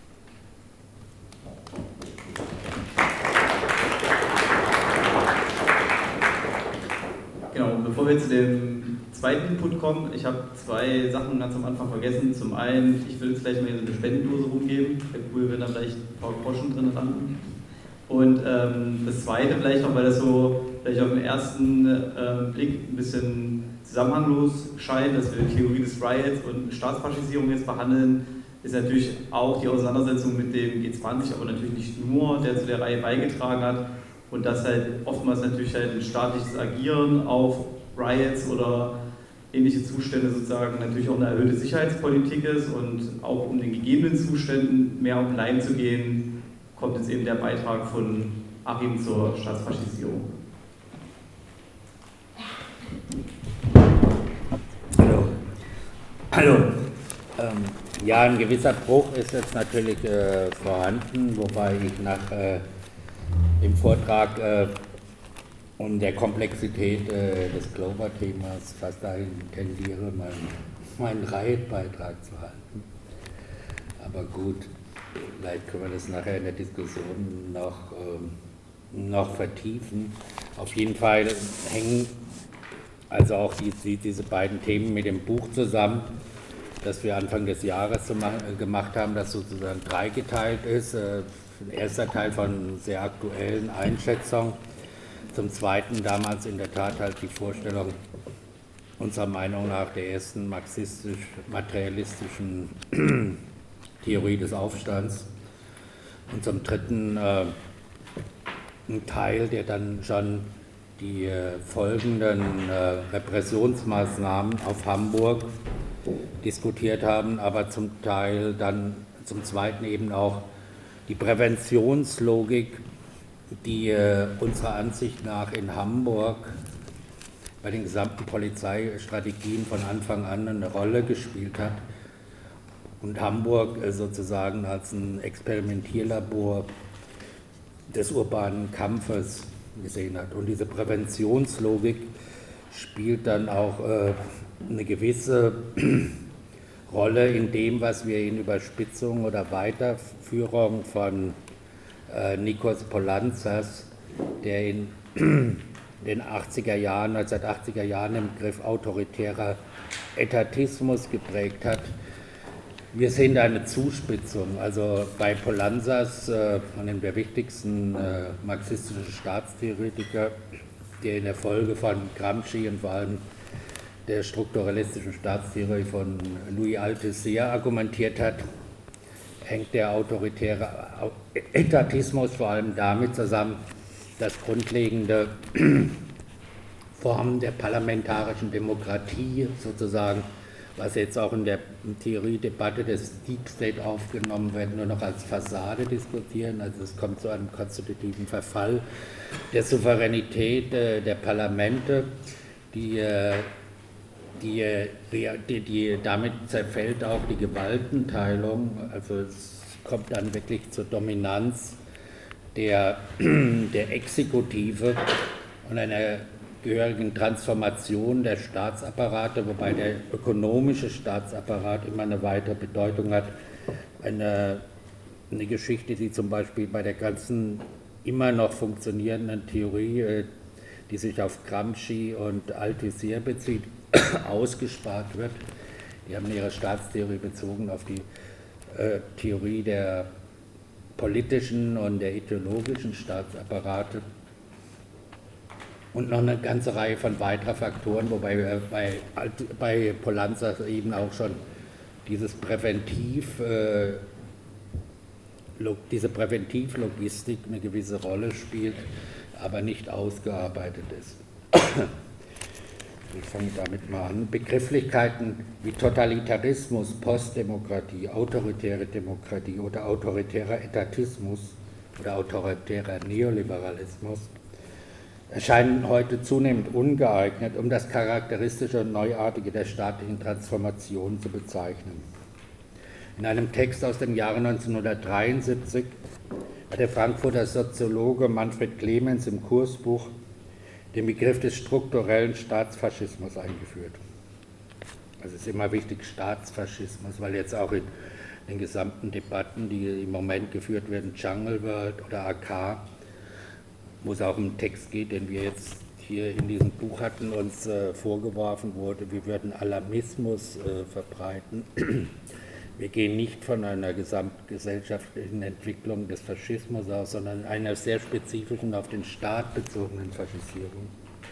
Genau, bevor wir zu dem zweiten Input kommen, ich habe zwei Sachen ganz am Anfang vergessen. Zum einen, ich will jetzt gleich mal hier so eine Spendendose rumgeben. Wäre cool, wenn da vielleicht ein paar Groschen drin landen. Und ähm, das zweite vielleicht noch, weil das so vielleicht auf den ersten ähm, Blick ein bisschen zusammenhanglos scheint, dass wir die Theorie des Riots und Staatsfaschisierung jetzt behandeln, ist natürlich auch die Auseinandersetzung mit dem G zwanzig, aber natürlich nicht nur, der zu der Reihe beigetragen hat. Und dass halt oftmals natürlich halt ein staatliches Agieren auf Riots oder ähnliche Zustände sozusagen natürlich auch eine erhöhte Sicherheitspolitik ist und auch um den gegebenen Zuständen mehr auf den Leim zu gehen, kommt jetzt eben der Beitrag von Achim zur Staatsfaschisierung. Hallo. Hallo. Ähm, ja, ein gewisser Bruch ist jetzt natürlich äh, vorhanden, wobei ich nach äh, dem Vortrag äh, und der Komplexität äh, des Clover-Themas fast dahin tendiere, meinen, meinen Riot-Beitrag zu halten. Aber gut, vielleicht können wir das nachher in der Diskussion noch, ähm, noch vertiefen. Auf jeden Fall hängen also auch die, die, diese beiden Themen mit dem Buch zusammen, das wir Anfang des Jahres so ma- gemacht haben, das sozusagen dreigeteilt ist. Äh, ein erster Teil von sehr aktuellen Einschätzungen, zum zweiten damals in der Tat halt die Vorstellung unserer Meinung nach der ersten marxistisch-materialistischen Theorie des Aufstands und zum dritten äh, ein Teil, der dann schon die äh, folgenden äh, Repressionsmaßnahmen auf Hamburg diskutiert haben, aber zum Teil dann zum zweiten eben auch die Präventionslogik, die äh, unserer Ansicht nach in Hamburg bei den gesamten Polizeistrategien von Anfang an eine Rolle gespielt hat und Hamburg äh, sozusagen als ein Experimentierlabor des urbanen Kampfes gesehen hat. Und diese Präventionslogik spielt dann auch äh, eine gewisse Rolle in dem, was wir in Überspitzung oder Weiterführung von äh, Nikos Polantzas, der in den achtziger Jahren, neunzehnhundertachtziger Jahren den Begriff autoritärer Etatismus geprägt hat. Wir sehen da eine Zuspitzung. Also bei Polantzas, äh, einem der wichtigsten äh, marxistischen Staatstheoretiker, der in der Folge von Gramsci und vor allem der strukturalistischen Staatstheorie von Louis Althusser argumentiert hat, hängt der autoritäre Etatismus vor allem damit zusammen, dass grundlegende Formen der parlamentarischen Demokratie sozusagen, was jetzt auch in der Theoriedebatte des Deep State aufgenommen wird, nur noch als Fassade diskutieren. Also es kommt zu einem konstitutiven Verfall der Souveränität äh, der Parlamente, die, äh, die, die, die damit zerfällt auch die Gewaltenteilung. Also es kommt dann wirklich zur Dominanz der, der Exekutive und einer gehörigen Transformation der Staatsapparate, wobei der ökonomische Staatsapparat immer eine weitere Bedeutung hat. Eine, eine Geschichte, die zum Beispiel bei der ganzen immer noch funktionierenden Theorie, die sich auf Gramsci und Althusser bezieht, ausgespart wird. Die haben ihre Staatstheorie bezogen auf die äh, Theorie der politischen und der ideologischen Staatsapparate. Und noch eine ganze Reihe von weiterer Faktoren, wobei wir bei, bei Polantzas eben auch schon dieses Präventiv, äh, diese Präventivlogistik eine gewisse Rolle spielt, aber nicht ausgearbeitet ist. Ich fange damit mal an. Begrifflichkeiten wie Totalitarismus, Postdemokratie, autoritäre Demokratie oder autoritärer Etatismus oder autoritärer Neoliberalismus erscheinen heute zunehmend ungeeignet, um das Charakteristische und Neuartige der staatlichen Transformation zu bezeichnen. In einem Text aus dem Jahre neunzehnhundertdreiundsiebzig hat der Frankfurter Soziologe Manfred Clemens im Kursbuch den Begriff des strukturellen Staatsfaschismus eingeführt. Also es ist immer wichtig, Staatsfaschismus, weil jetzt auch in den gesamten Debatten, die im Moment geführt werden, Jungle World oder A K, wo es auch um einen Text geht, den wir jetzt hier in diesem Buch hatten, uns äh, vorgeworfen wurde, wir würden Alarmismus äh, verbreiten. Wir gehen nicht von einer gesamtgesellschaftlichen Entwicklung des Faschismus aus, sondern einer sehr spezifischen, auf den Staat bezogenen Faschisierung.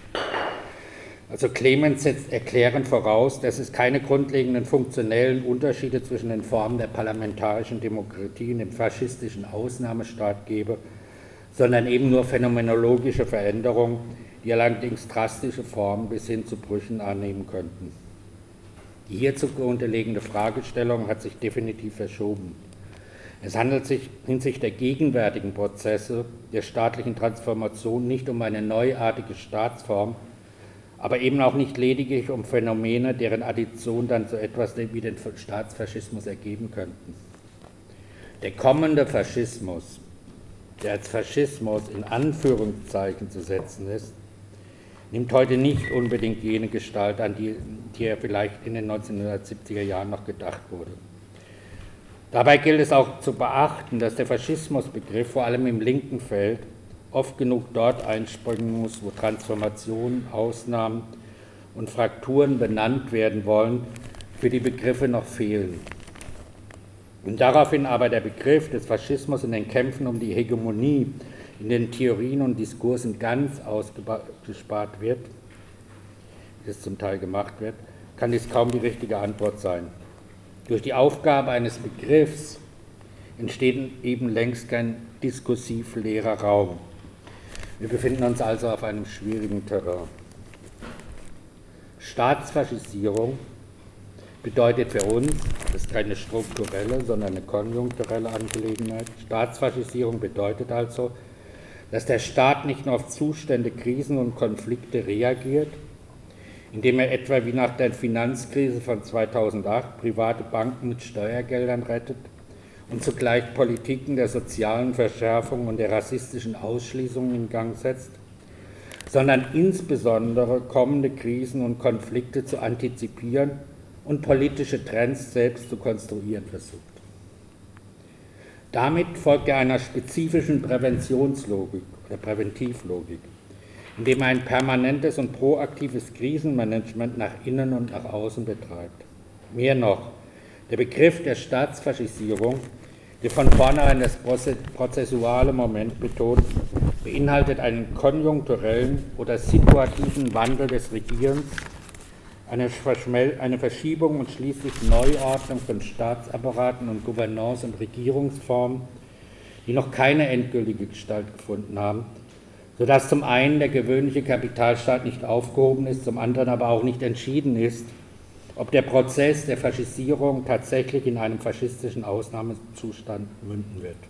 Also Clemens setzt erklärend voraus, dass es keine grundlegenden funktionellen Unterschiede zwischen den Formen der parlamentarischen Demokratie und dem faschistischen Ausnahmestaat gebe, sondern eben nur phänomenologische Veränderungen, die allerdings drastische Formen bis hin zu Brüchen annehmen könnten. Die hierzu zugrunde liegende Fragestellung hat sich definitiv verschoben. Es handelt sich hinsichtlich der gegenwärtigen Prozesse der staatlichen Transformation nicht um eine neuartige Staatsform, aber eben auch nicht lediglich um Phänomene, deren Addition dann so etwas wie den Staatsfaschismus ergeben könnten. Der kommende Faschismus, der als Faschismus in Anführungszeichen zu setzen ist, nimmt heute nicht unbedingt jene Gestalt an, die, die er vielleicht in den neunzehnhundertsiebziger Jahren noch gedacht wurde. Dabei gilt es auch zu beachten, dass der Faschismusbegriff vor allem im linken Feld oft genug dort einspringen muss, wo Transformationen, Ausnahmen und Frakturen benannt werden wollen, für die Begriffe noch fehlen. Und daraufhin aber der Begriff des Faschismus in den Kämpfen um die Hegemonie in den Theorien und Diskursen ganz ausgespart wird, wie es zum Teil gemacht wird, kann dies kaum die richtige Antwort sein. Durch die Aufgabe eines Begriffs entsteht eben längst kein diskursiv leerer Raum. Wir befinden uns also auf einem schwierigen Terrain. Staatsfaschisierung bedeutet für uns, das ist keine strukturelle, sondern eine konjunkturelle Angelegenheit. Staatsfaschisierung bedeutet also, dass der Staat nicht nur auf Zustände, Krisen und Konflikte reagiert, indem er etwa wie nach der Finanzkrise von zweitausendacht private Banken mit Steuergeldern rettet und zugleich Politiken der sozialen Verschärfung und der rassistischen Ausschließung in Gang setzt, sondern insbesondere kommende Krisen und Konflikte zu antizipieren und politische Trends selbst zu konstruieren versucht. Damit folgt er einer spezifischen Präventionslogik oder Präventivlogik, indem er ein permanentes und proaktives Krisenmanagement nach innen und nach außen betreibt. Mehr noch, der Begriff der Staatsfaschisierung, der von vornherein das prozessuale Moment betont, beinhaltet einen konjunkturellen oder situativen Wandel des Regierens, eine, eine Verschiebung und schließlich Neuordnung von Staatsapparaten und Gouvernance- und Regierungsformen, die noch keine endgültige Gestalt gefunden haben, sodass zum einen der gewöhnliche Kapitalstaat nicht aufgehoben ist, zum anderen aber auch nicht entschieden ist, ob der Prozess der Faschisierung tatsächlich in einem faschistischen Ausnahmezustand münden wird.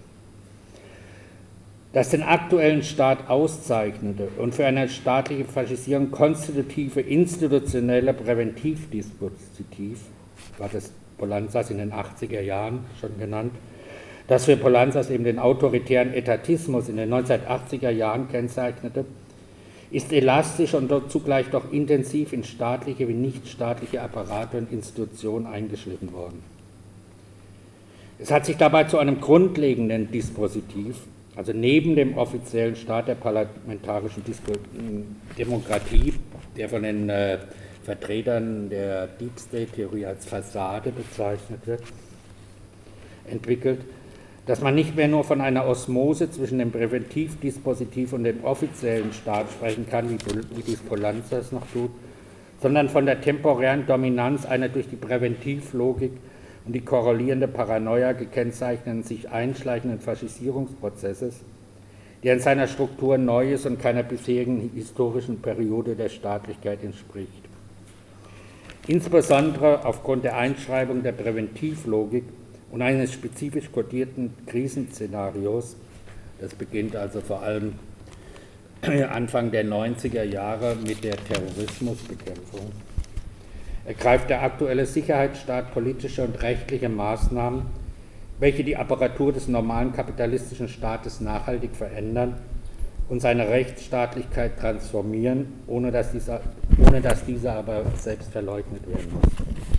Das den aktuellen Staat auszeichnete und für eine staatliche Faschisierung konstitutive institutionelle Präventivdispositiv, war das Polanzas in den achtziger Jahren schon genannt, das für Polanzas eben den autoritären Etatismus in den neunzehnhundertachtziger Jahren kennzeichnete, ist elastisch und dort zugleich doch intensiv in staatliche wie nichtstaatliche Apparate und Institutionen eingeschliffen worden. Es hat sich dabei zu einem grundlegenden Dispositiv, also neben dem offiziellen Staat der parlamentarischen Dispo Demokratie, der von den äh, Vertretern der Deep State-Theorie als Fassade bezeichnet wird, entwickelt, dass man nicht mehr nur von einer Osmose zwischen dem Präventivdispositiv und dem offiziellen Staat sprechen kann, wie, wie dies Polanzas noch tut, sondern von der temporären Dominanz einer durch die Präventivlogik und die korrelierende Paranoia gekennzeichneten, sich einschleichenden Faschisierungsprozesses, der in seiner Struktur neu ist und keiner bisherigen historischen Periode der Staatlichkeit entspricht. Insbesondere aufgrund der Einschreibung der Präventivlogik und eines spezifisch kodierten Krisenszenarios, das beginnt also vor allem Anfang der neunziger Jahre mit der Terrorismusbekämpfung. Ergreift der aktuelle Sicherheitsstaat politische und rechtliche Maßnahmen, welche die Apparatur des normalen kapitalistischen Staates nachhaltig verändern und seine Rechtsstaatlichkeit transformieren, ohne dass dieser, ohne dass dieser aber selbst verleugnet werden muss.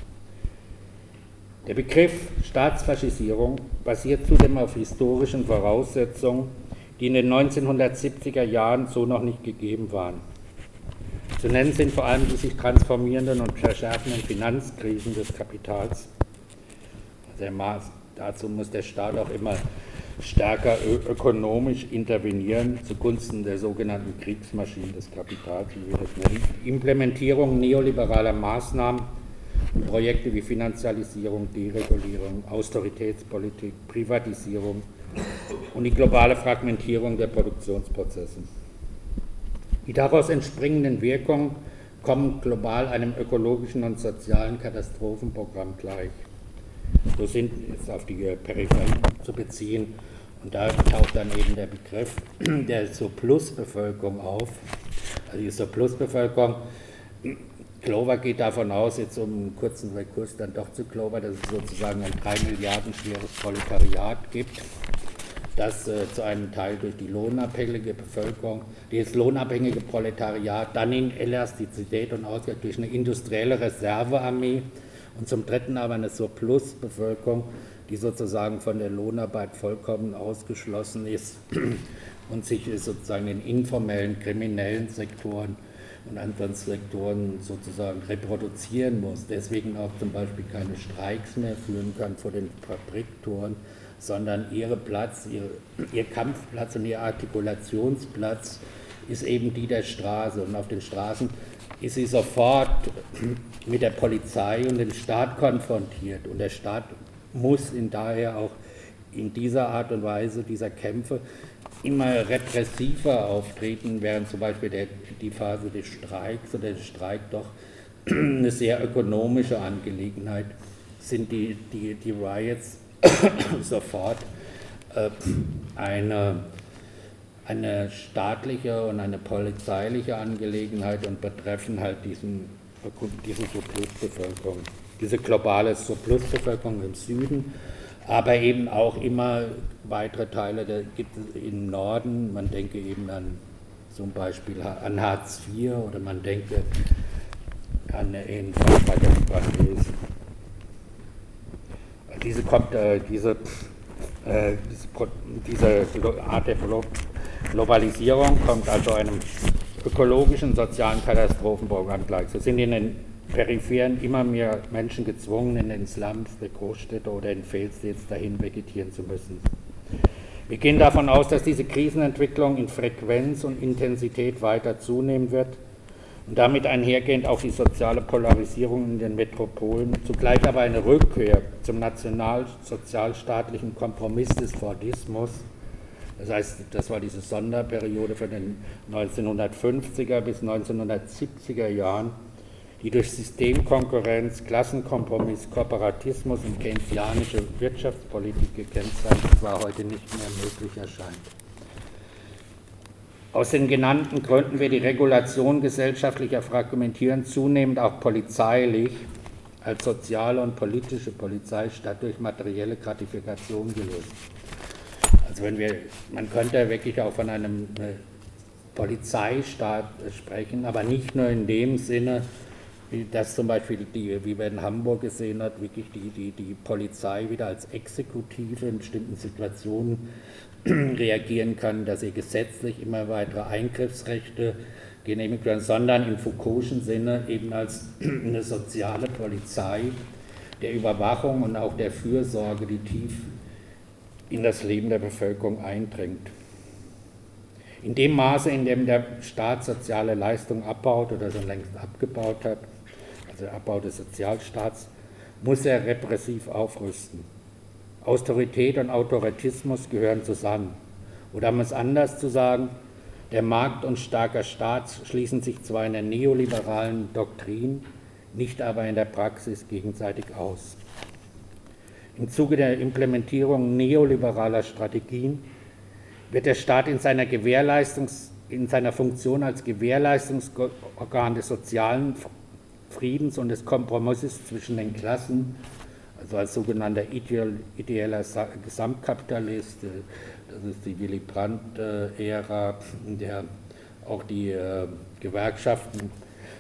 Der Begriff Staatsfaschisierung basiert zudem auf historischen Voraussetzungen, die in den neunzehnhundertsiebziger Jahren so noch nicht gegeben waren. Zu nennen sind vor allem die sich transformierenden und verschärfenden Finanzkrisen des Kapitals. Der Maß, dazu muss der Staat auch immer stärker ö- ökonomisch intervenieren zugunsten der sogenannten Kriegsmaschinen des Kapitals, wie wir das nennen. Die Implementierung neoliberaler Maßnahmen und Projekte wie Finanzialisierung, Deregulierung, Austeritätspolitik, Privatisierung und die globale Fragmentierung der Produktionsprozesse. Die daraus entspringenden Wirkungen kommen global einem ökologischen und sozialen Katastrophenprogramm gleich. So sind jetzt auf die Peripherie zu beziehen und da taucht dann eben der Begriff der Surplusbevölkerung auf. Also die Surplusbevölkerung, Glover geht davon aus, jetzt um einen kurzen Rekurs dann doch zu Glover, dass es sozusagen ein drei Milliarden schweres Proletariat gibt, das äh, zu einem Teil durch die lohnabhängige Bevölkerung, das lohnabhängige Proletariat, dann in Elastizität und Ausgleich durch eine industrielle Reservearmee und zum Dritten aber eine Surplusbevölkerung, die sozusagen von der Lohnarbeit vollkommen ausgeschlossen ist und sich sozusagen in informellen, kriminellen Sektoren und anderen Sektoren sozusagen reproduzieren muss, deswegen auch zum Beispiel keine Streiks mehr führen kann vor den Fabriktoren, sondern ihre Platz, ihr, ihr Kampfplatz und ihr Artikulationsplatz ist eben die der Straße. Und auf den Straßen ist sie sofort mit der Polizei und dem Staat konfrontiert. Und der Staat muss in daher auch in dieser Art und Weise dieser Kämpfe immer repressiver auftreten, während zum Beispiel der, die Phase des Streiks oder der Streik doch eine sehr ökonomische Angelegenheit sind, die, die, die Riots sofort äh, eine, eine staatliche und eine polizeiliche Angelegenheit und betreffen halt diesen, diese Surplusbevölkerung, diese globale Surplusbevölkerung im Süden, aber eben auch immer weitere Teile, da gibt es im Norden, man denke eben an zum Beispiel an Hartz vier oder man denke an in Frankreich an Barclays. Diese, kommt, äh, diese, äh, diese, diese Art der Globalisierung kommt also einem ökologischen, sozialen Katastrophenprogramm gleich. So sind in den Peripheren immer mehr Menschen gezwungen, in den Slums der Großstädte oder in Feldstädten dahin vegetieren zu müssen. Wir gehen davon aus, dass diese Krisenentwicklung in Frequenz und Intensität weiter zunehmen wird und damit einhergehend auch die soziale Polarisierung in den Metropolen, zugleich aber eine Rückkehr zum national-sozialstaatlichen Kompromiss des Fordismus. Das heißt, das war diese Sonderperiode von den neunzehnhundertfünfziger bis neunzehnhundertsiebziger Jahren, die durch Systemkonkurrenz, Klassenkompromiss, Kooperatismus und keynesianische Wirtschaftspolitik gekennzeichnet war, heute nicht mehr möglich erscheint. Aus den genannten Gründen wird die Regulation gesellschaftlicher Fragmentierung zunehmend auch polizeilich als soziale und politische Polizei statt durch materielle Gratifikation gelöst. Also wenn wir, man könnte wirklich auch von einem Polizeistaat sprechen, aber nicht nur in dem Sinne, wie das zum Beispiel, die, wie wir in Hamburg gesehen hat, wirklich die, die, die Polizei wieder als Exekutive in bestimmten Situationen reagieren kann, dass ihr gesetzlich immer weitere Eingriffsrechte genehmigt werden, sondern im Foucault'schen Sinne eben als eine soziale Polizei der Überwachung und auch der Fürsorge, die tief in das Leben der Bevölkerung eindringt. In dem Maße, in dem der Staat soziale Leistungen abbaut oder schon längst abgebaut hat, also der Abbau des Sozialstaats, muss er repressiv aufrüsten. Autorität und Autoritismus gehören zusammen. Oder um es anders zu sagen, der Markt und starker Staat schließen sich zwar in der neoliberalen Doktrin, nicht aber in der Praxis gegenseitig aus. Im Zuge der Implementierung neoliberaler Strategien wird der Staat in seiner Gewährleistungs- in seiner Funktion als Gewährleistungsorgan des sozialen Friedens und des Kompromisses zwischen den Klassen, also als sogenannter ideeller Gesamtkapitalist, das ist die Willy Brandt-Ära, in der auch die äh, Gewerkschaften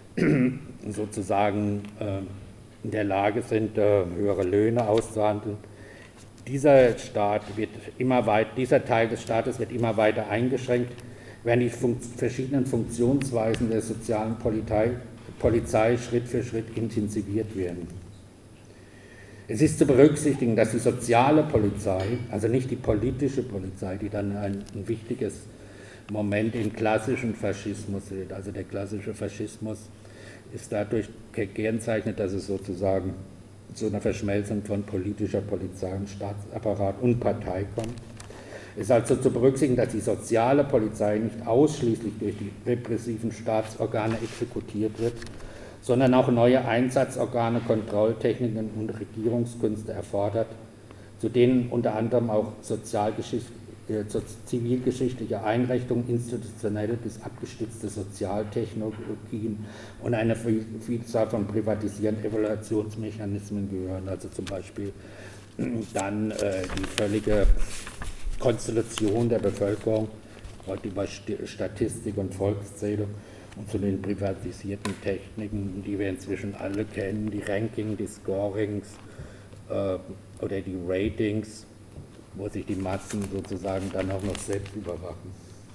sozusagen äh, in der Lage sind, äh, höhere Löhne auszuhandeln. Dieser Staat wird immer weit, dieser Teil des Staates wird immer weiter eingeschränkt, während die fun- verschiedenen Funktionsweisen der sozialen Polizei, Polizei Schritt für Schritt intensiviert werden. Es ist zu berücksichtigen, dass die soziale Polizei, also nicht die politische Polizei, die dann ein, ein wichtiges Moment im klassischen Faschismus wird, also der klassische Faschismus ist dadurch gekennzeichnet, dass es sozusagen zu einer Verschmelzung von politischer Polizei und Staatsapparat und Partei kommt. Es ist also zu berücksichtigen, dass die soziale Polizei nicht ausschließlich durch die repressiven Staatsorgane exekutiert wird, sondern auch neue Einsatzorgane, Kontrolltechniken und Regierungskünste erfordert, zu denen unter anderem auch sozialgeschicht- äh, zivilgeschichtliche Einrichtungen, institutionelle bis abgestützte Sozialtechnologien und eine Vielzahl von privatisierenden Evaluationsmechanismen gehören, also zum Beispiel dann äh, die völlige Konstellation der Bevölkerung, heute über Statistik und Volkszählung, und zu den privatisierten Techniken, die wir inzwischen alle kennen, die Ranking, die Scorings äh, oder die Ratings, wo sich die Massen sozusagen dann auch noch selbst überwachen.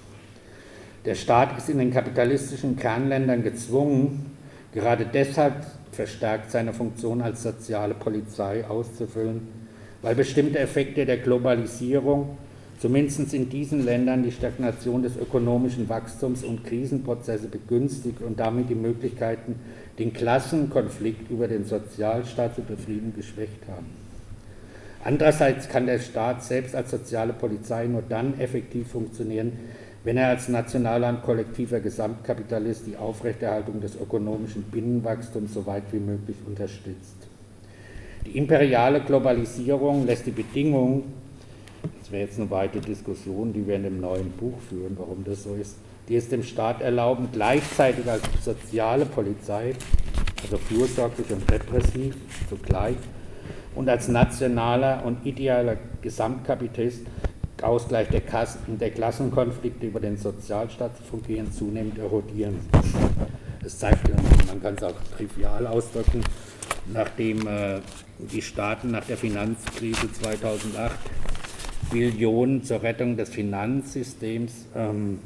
Der Staat ist in den kapitalistischen Kernländern gezwungen, gerade deshalb verstärkt seine Funktion als soziale Polizei auszufüllen, weil bestimmte Effekte der Globalisierung, zumindest in diesen Ländern, die Stagnation des ökonomischen Wachstums und Krisenprozesse begünstigt und damit die Möglichkeiten, den Klassenkonflikt über den Sozialstaat zu befrieden, geschwächt haben. Andererseits kann der Staat selbst als soziale Polizei nur dann effektiv funktionieren, wenn er als nationaler und kollektiver Gesamtkapitalist die Aufrechterhaltung des ökonomischen Binnenwachstums so weit wie möglich unterstützt. Die imperiale Globalisierung lässt die Bedingungen, das wäre jetzt eine weite Diskussion, die wir in dem neuen Buch führen, warum das so ist, die es dem Staat erlauben, gleichzeitig als soziale Polizei, also fürsorglich und repressiv zugleich, und als nationaler und idealer Gesamtkapitalist Ausgleich der, Kassen, der Klassenkonflikte über den Sozialstaat zu fungieren, zunehmend erodieren. Das zeigt, man kann es auch trivial ausdrücken, nachdem äh, die Staaten nach der Finanzkrise zweitausendacht Billionen zur Rettung des Finanzsystems ähm,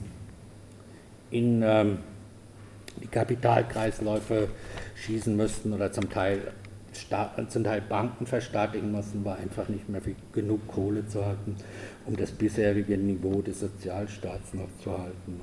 in ähm, die Kapitalkreisläufe schießen müssten oder zum Teil, zum Teil Banken verstaatlichen mussten, war einfach nicht mehr genug Kohle zu halten, um das bisherige Niveau des Sozialstaats noch zu halten.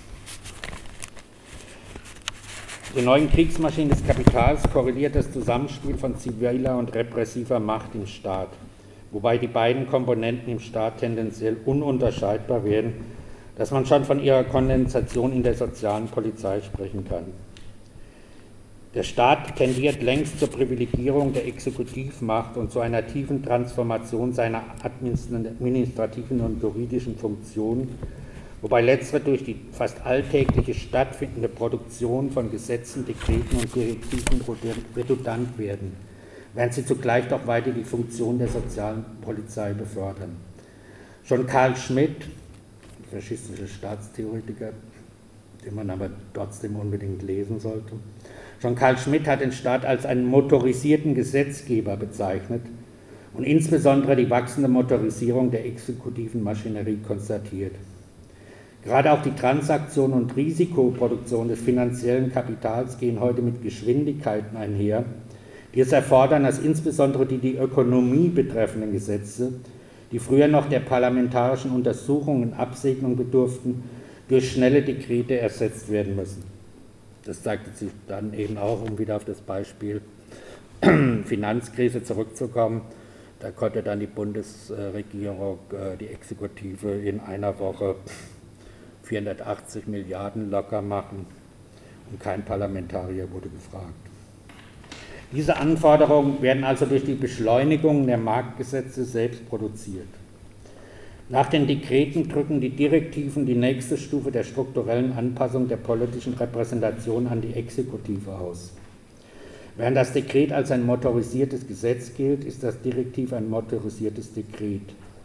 Die neuen Kriegsmaschinen des Kapitals korreliert das Zusammenspiel von ziviler und repressiver Macht im Staat, wobei die beiden Komponenten im Staat tendenziell ununterscheidbar werden, dass man schon von ihrer Kondensation in der sozialen Polizei sprechen kann. Der Staat tendiert längst zur Privilegierung der Exekutivmacht und zu einer tiefen Transformation seiner administrativen und juridischen Funktionen, wobei letztere durch die fast alltägliche stattfindende Produktion von Gesetzen, Dekreten und Direktiven redundant werden, während sie zugleich doch weiter die Funktion der sozialen Polizei befördern. Schon Carl Schmitt, faschistischer Staatstheoretiker, den man aber trotzdem unbedingt lesen sollte, schon Carl Schmitt hat den Staat als einen motorisierten Gesetzgeber bezeichnet und insbesondere die wachsende Motorisierung der exekutiven Maschinerie konstatiert. Gerade auch die Transaktion und Risikoproduktion des finanziellen Kapitals gehen heute mit Geschwindigkeiten einher, die es erfordern, dass insbesondere die die Ökonomie betreffenden Gesetze, die früher noch der parlamentarischen Untersuchung und Absegnung bedurften, durch schnelle Dekrete ersetzt werden müssen. Das zeigte sich dann eben auch, um wieder auf das Beispiel Finanzkrise zurückzukommen. Da konnte dann die Bundesregierung, die Exekutive, in einer Woche vierhundertachtzig Milliarden locker machen und kein Parlamentarier wurde gefragt. Diese Anforderungen werden also durch die Beschleunigung der Marktgesetze selbst produziert. Nach den Dekreten drücken die Direktiven die nächste Stufe der strukturellen Anpassung der politischen Repräsentation an die Exekutive aus. Während das Dekret als ein motorisiertes Gesetz gilt, ist das Direktiv ein motorisiertes Dekret.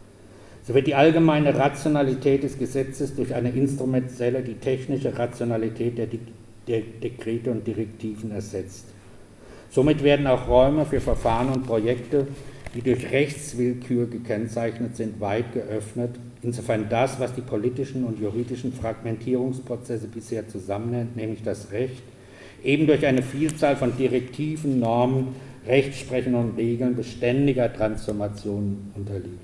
So wird die allgemeine Rationalität des Gesetzes durch eine instrumentelle, die technische Rationalität der, der Dekrete und Direktiven ersetzt. Somit werden auch Räume für Verfahren und Projekte, die durch Rechtswillkür gekennzeichnet sind, weit geöffnet, insofern das, was die politischen und juridischen Fragmentierungsprozesse bisher zusammennimmt, nämlich das Recht, eben durch eine Vielzahl von Direktiven, Normen, Rechtsprechung und Regeln beständiger Transformationen unterliegt.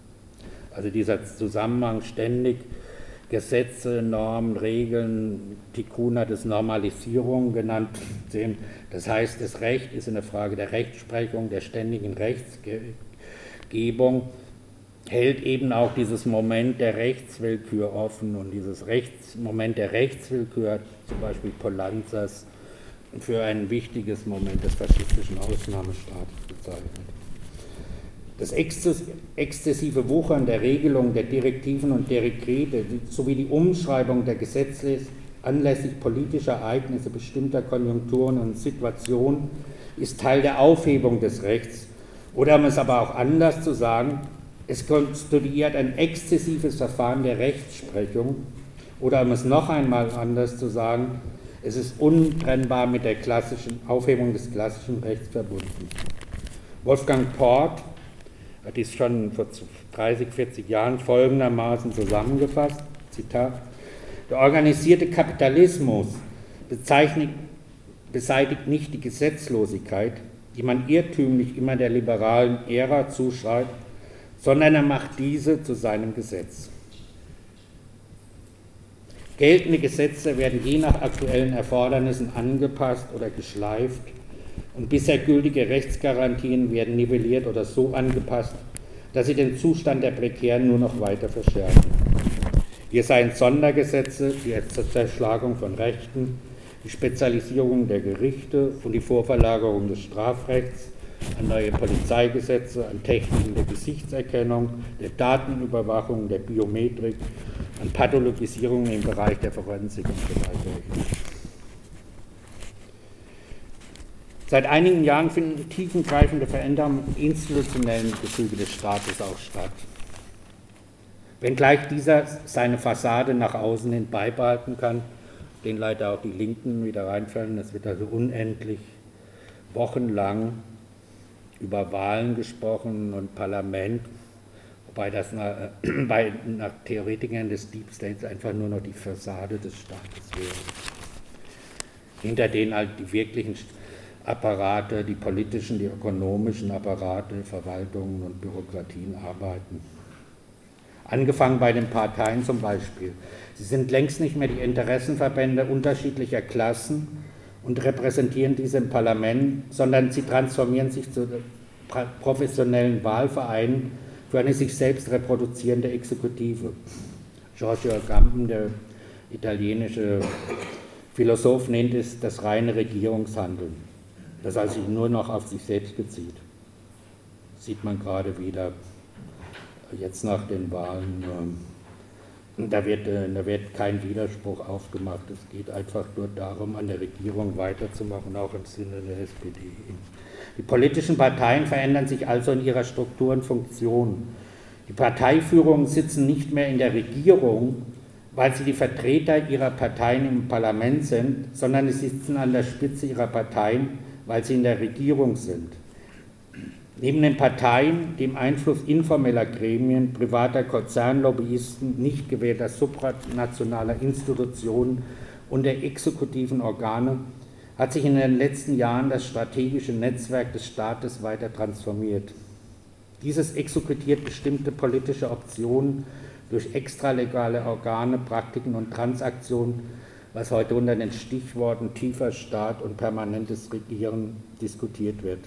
Also dieser Zusammenhang ständig Gesetze, Normen, Regeln, Tikkun hat es Normalisierung genannt. Das heißt, das Recht ist eine Frage der Rechtsprechung, der ständigen Rechtsgebung, hält eben auch dieses Moment der Rechtswillkür offen und dieses Rechts, Moment der Rechtswillkür hat zum Beispiel Polanzas für ein wichtiges Moment des faschistischen Ausnahmestaates bezeichnet. Das exzessive Wuchern der Regelungen der Direktiven und Dekrete sowie die Umschreibung der Gesetze anlässlich politischer Ereignisse bestimmter Konjunkturen und Situationen ist Teil der Aufhebung des Rechts. Oder um es aber auch anders zu sagen, es konstituiert ein exzessives Verfahren der Rechtsprechung. Oder um es noch einmal anders zu sagen, es ist untrennbar mit der klassischen Aufhebung des klassischen Rechts verbunden. Wolfgang Port hat dies schon vor dreißig, vierzig Jahren folgendermaßen zusammengefasst, Zitat: Der organisierte Kapitalismus bezeichnet, beseitigt nicht die Gesetzlosigkeit, die man irrtümlich immer der liberalen Ära zuschreibt, sondern er macht diese zu seinem Gesetz. Geltende Gesetze werden je nach aktuellen Erfordernissen angepasst oder geschleift und bisher gültige Rechtsgarantien werden nivelliert oder so angepasst, dass sie den Zustand der Prekären nur noch weiter verschärfen. Hier seien Sondergesetze, die Zerschlagung von Rechten, die Spezialisierung der Gerichte und die Vorverlagerung des Strafrechts an neue Polizeigesetze, an Techniken der Gesichtserkennung, der Datenüberwachung, der Biometrik, an Pathologisierung im Bereich der Forensik und so weiter. Seit einigen Jahren finden tiefengreifende Veränderungen im institutionellen Gefüge des Staates auch statt. Wenngleich dieser seine Fassade nach außen hin beibehalten kann, den leider auch die Linken wieder reinfallen, es wird also unendlich wochenlang über Wahlen gesprochen und Parlament, wobei das nach, bei, nach Theoretikern des Deep States einfach nur noch die Fassade des Staates wäre, hinter denen halt die wirklichen Apparate, die politischen, die ökonomischen Apparate, Verwaltungen und Bürokratien arbeiten. Angefangen bei den Parteien zum Beispiel. Sie sind längst nicht mehr die Interessenverbände unterschiedlicher Klassen und repräsentieren diese im Parlament, sondern sie transformieren sich zu professionellen Wahlvereinen für eine sich selbst reproduzierende Exekutive. Giorgio Agamben, der italienische Philosoph, nennt es das reine Regierungshandeln, das also nur noch auf sich selbst bezieht. Das sieht man gerade wieder jetzt nach den Wahlen. Da wird, da wird kein Widerspruch aufgemacht. Es geht einfach nur darum, an der Regierung weiterzumachen, auch im Sinne der S P D. Die politischen Parteien verändern sich also in ihrer Struktur und Funktion. Die Parteiführungen sitzen nicht mehr in der Regierung, weil sie die Vertreter ihrer Parteien im Parlament sind, sondern sie sitzen an der Spitze ihrer Parteien, weil sie in der Regierung sind. Neben den Parteien, dem Einfluss informeller Gremien, privater Konzernlobbyisten, nicht gewählter supranationaler Institutionen und der exekutiven Organe hat sich in den letzten Jahren das strategische Netzwerk des Staates weiter transformiert. Dieses exekutiert bestimmte politische Optionen durch extralegale Organe, Praktiken und Transaktionen, was heute unter den Stichworten tiefer Staat und permanentes Regieren diskutiert wird.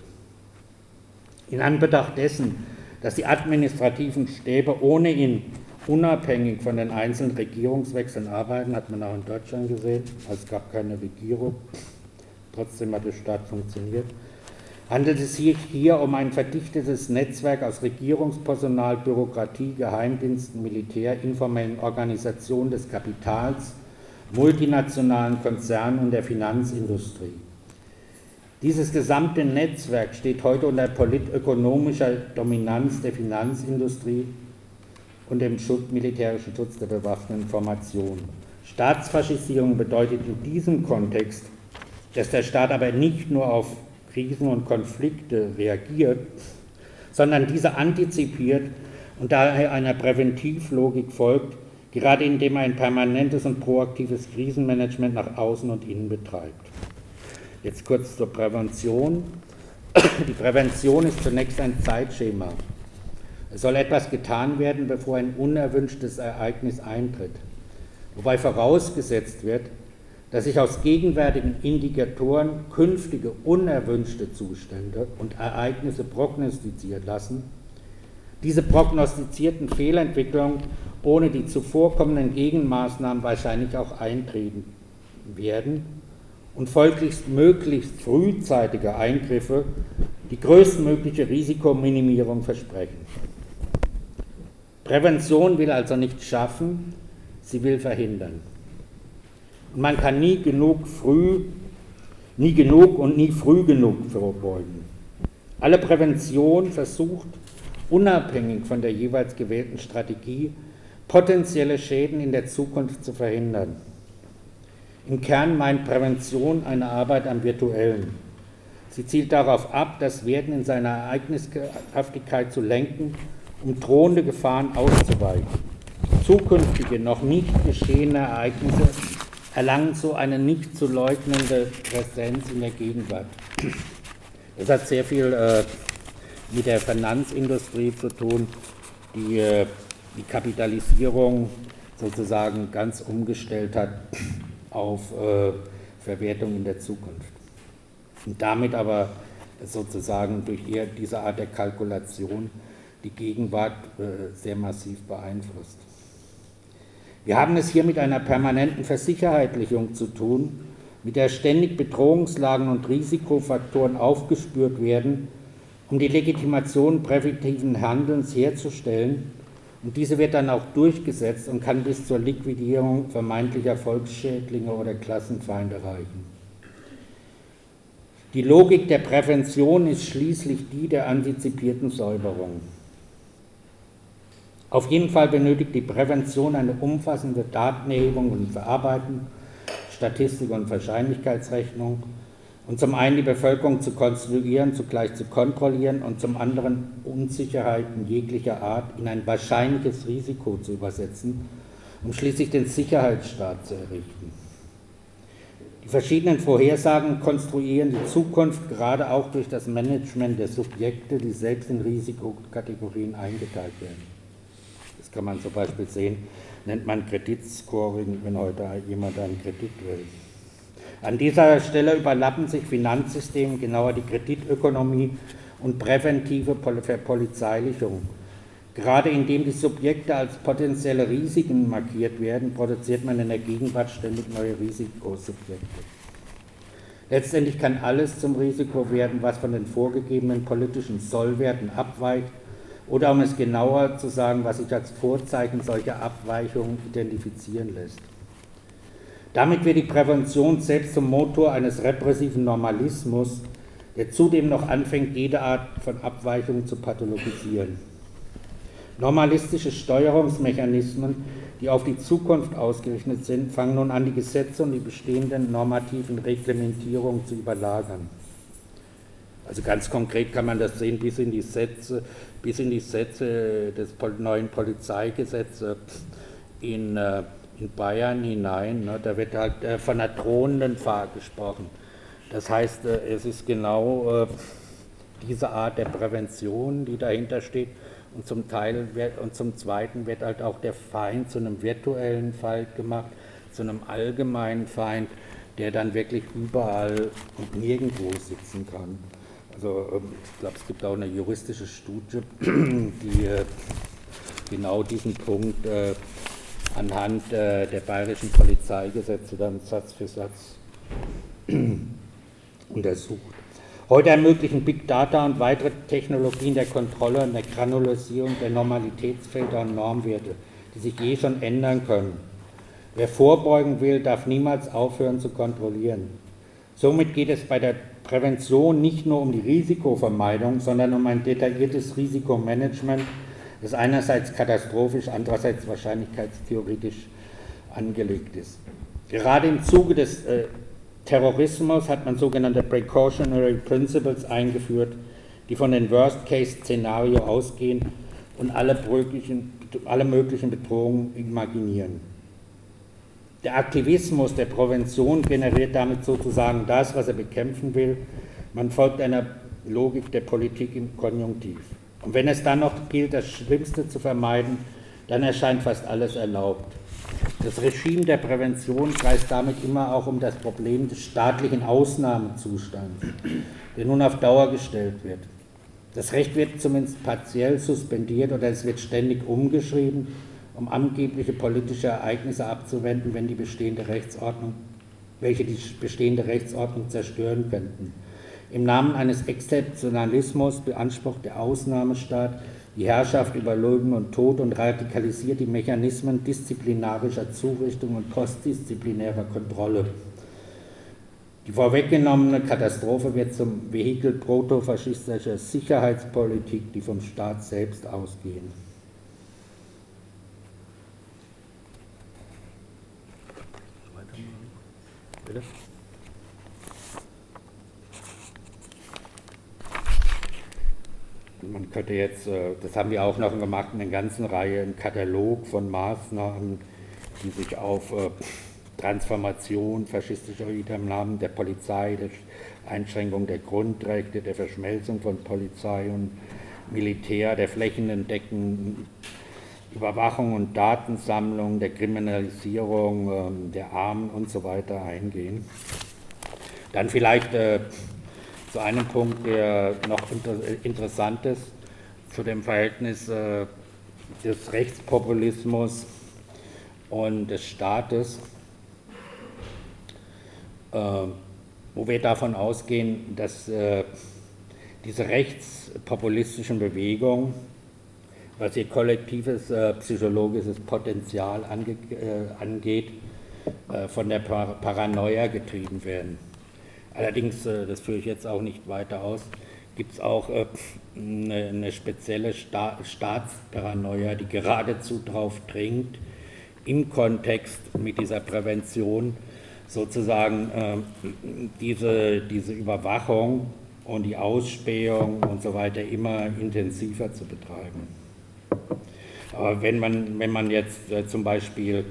In Anbetracht dessen, dass die administrativen Stäbe ohnehin unabhängig von den einzelnen Regierungswechseln arbeiten, hat man auch in Deutschland gesehen, also es gab keine Regierung, trotzdem hat der Staat funktioniert, handelt es sich hier um ein verdichtetes Netzwerk aus Regierungspersonal, Bürokratie, Geheimdiensten, Militär, informellen Organisationen des Kapitals, multinationalen Konzernen und der Finanzindustrie. Dieses gesamte Netzwerk steht heute unter politökonomischer Dominanz der Finanzindustrie und dem Schutz, militärischen Schutz der bewaffneten Formation. Staatsfaschisierung bedeutet in diesem Kontext, dass der Staat aber nicht nur auf Krisen und Konflikte reagiert, sondern diese antizipiert und daher einer Präventivlogik folgt, gerade indem er ein permanentes und proaktives Krisenmanagement nach außen und innen betreibt. Jetzt kurz zur Prävention. Die Prävention ist zunächst ein Zeitschema. Es soll etwas getan werden, bevor ein unerwünschtes Ereignis eintritt, wobei vorausgesetzt wird, dass sich aus gegenwärtigen Indikatoren künftige unerwünschte Zustände und Ereignisse prognostizieren lassen, diese prognostizierten Fehlentwicklungen ohne die zuvor kommenden Gegenmaßnahmen wahrscheinlich auch eintreten werden und folglich möglichst frühzeitige Eingriffe die größtmögliche Risikominimierung versprechen. Prävention will also nicht schaffen, sie will verhindern. Und man kann nie genug früh, nie genug und nie früh genug vorbeugen. Alle Prävention versucht, unabhängig von der jeweils gewählten Strategie, potenzielle Schäden in der Zukunft zu verhindern. Im Kern meint Prävention eine Arbeit am Virtuellen. Sie zielt darauf ab, das Werden in seiner Ereignishaftigkeit zu lenken, um drohende Gefahren auszuweichen. Zukünftige, noch nicht geschehene Ereignisse erlangen so eine nicht zu leugnende Präsenz in der Gegenwart. Das hat sehr viel äh, mit der Finanzindustrie zu tun, die äh, die Kapitalisierung sozusagen ganz umgestellt hat auf äh, Verwertung in der Zukunft. Und damit aber sozusagen durch eher diese Art der Kalkulation die Gegenwart äh, sehr massiv beeinflusst. Wir haben es hier mit einer permanenten Versicherheitlichung zu tun, mit der ständig Bedrohungslagen und Risikofaktoren aufgespürt werden, um die Legitimation präventiven Handelns herzustellen, und diese wird dann auch durchgesetzt und kann bis zur Liquidierung vermeintlicher Volksschädlinge oder Klassenfeinde reichen. Die Logik der Prävention ist schließlich die der antizipierten Säuberung. Auf jeden Fall benötigt die Prävention eine umfassende Datenerhebung und Verarbeitung, Statistik und Wahrscheinlichkeitsrechnung, und zum einen die Bevölkerung zu konstruieren, zugleich zu kontrollieren und zum anderen Unsicherheiten jeglicher Art in ein wahrscheinliches Risiko zu übersetzen, um schließlich den Sicherheitsstaat zu errichten. Die verschiedenen Vorhersagen konstruieren die Zukunft gerade auch durch das Management der Subjekte, die selbst in Risikokategorien eingeteilt werden. Das kann man zum Beispiel sehen, nennt man Kreditscoring, wenn heute jemand einen Kredit will. An dieser Stelle überlappen sich Finanzsysteme, genauer die Kreditökonomie und präventive Verpolizeilichung. Gerade indem die Subjekte als potenzielle Risiken markiert werden, produziert man in der Gegenwart ständig neue Risikosubjekte. Letztendlich kann alles zum Risiko werden, was von den vorgegebenen politischen Sollwerten abweicht, oder um es genauer zu sagen, was sich als Vorzeichen solcher Abweichungen identifizieren lässt. Damit wird die Prävention selbst zum Motor eines repressiven Normalismus, der zudem noch anfängt, jede Art von Abweichung zu pathologisieren. Normalistische Steuerungsmechanismen, die auf die Zukunft ausgerichtet sind, fangen nun an, die Gesetze und die bestehenden normativen Reglementierungen zu überlagern. Also ganz konkret kann man das sehen bis in die Sätze, bis in die Sätze des neuen Polizeigesetzes in, in Bayern hinein. Ne, da wird halt von einer drohenden Gefahr gesprochen. Das heißt, es ist genau diese Art der Prävention, die dahinter steht. Und zum Teil wird, und zum Zweiten wird halt auch der Feind zu einem virtuellen Feind gemacht, zu einem allgemeinen Feind, der dann wirklich überall und nirgendwo sitzen kann. Also ich glaube, es gibt auch eine juristische Studie, die äh, genau diesen Punkt äh, anhand äh, der bayerischen Polizeigesetze dann Satz für Satz untersucht. Heute ermöglichen Big Data und weitere Technologien der Kontrolle und der Granularisierung der Normalitätsfelder und Normwerte, die sich je schon ändern können. Wer vorbeugen will, darf niemals aufhören zu kontrollieren. Somit geht es bei der Prävention nicht nur um die Risikovermeidung, sondern um ein detailliertes Risikomanagement, das einerseits katastrophisch, andererseits wahrscheinlichkeitstheoretisch angelegt ist. Gerade im Zuge des äh, Terrorismus hat man sogenannte Precautionary Principles eingeführt, die von den Worst-Case-Szenario ausgehen und alle möglichen, alle möglichen Bedrohungen imaginieren. Der Aktivismus der Prävention generiert damit sozusagen das, was er bekämpfen will. Man folgt einer Logik der Politik im Konjunktiv. Und wenn es dann noch gilt, das Schlimmste zu vermeiden, dann erscheint fast alles erlaubt. Das Regime der Prävention kreist damit immer auch um das Problem des staatlichen Ausnahmezustands, der nun auf Dauer gestellt wird. Das Recht wird zumindest partiell suspendiert oder es wird ständig umgeschrieben, um angebliche politische Ereignisse abzuwenden, wenn die bestehende Rechtsordnung, welche die bestehende Rechtsordnung zerstören könnten. Im Namen eines Exzeptionalismus beansprucht der Ausnahmestaat die Herrschaft über Leben und Tod und radikalisiert die Mechanismen disziplinarischer Zurichtung und postdisziplinärer Kontrolle. Die vorweggenommene Katastrophe wird zum Vehikel protofaschistischer Sicherheitspolitik, die vom Staat selbst ausgehen. Bitte? Man könnte jetzt, das haben wir auch noch gemacht, in der ganzen Reihe, einen Katalog von Maßnahmen, die sich auf Transformation faschistischer Übernahmen der Polizei, der Einschränkung der Grundrechte, der Verschmelzung von Polizei und Militär, der flächendeckenden Überwachung und Datensammlung, der Kriminalisierung der Armen und so weiter eingehen. Dann vielleicht äh, zu einem Punkt, der noch inter interessant ist, zu dem Verhältnis äh, des Rechtspopulismus und des Staates, äh, wo wir davon ausgehen, dass äh, diese rechtspopulistischen Bewegungen, was ihr kollektives äh, psychologisches Potenzial ange äh, angeht, äh, von der Par Paranoia getrieben werden. Allerdings, äh, das führe ich jetzt auch nicht weiter aus, gibt es auch äh, eine, eine spezielle Sta Staatsparanoia, die geradezu darauf dringt, im Kontext mit dieser Prävention sozusagen äh, diese, diese Überwachung und die Ausspähung und so weiter immer intensiver zu betreiben. Aber wenn man, wenn man jetzt äh, zum Beispiel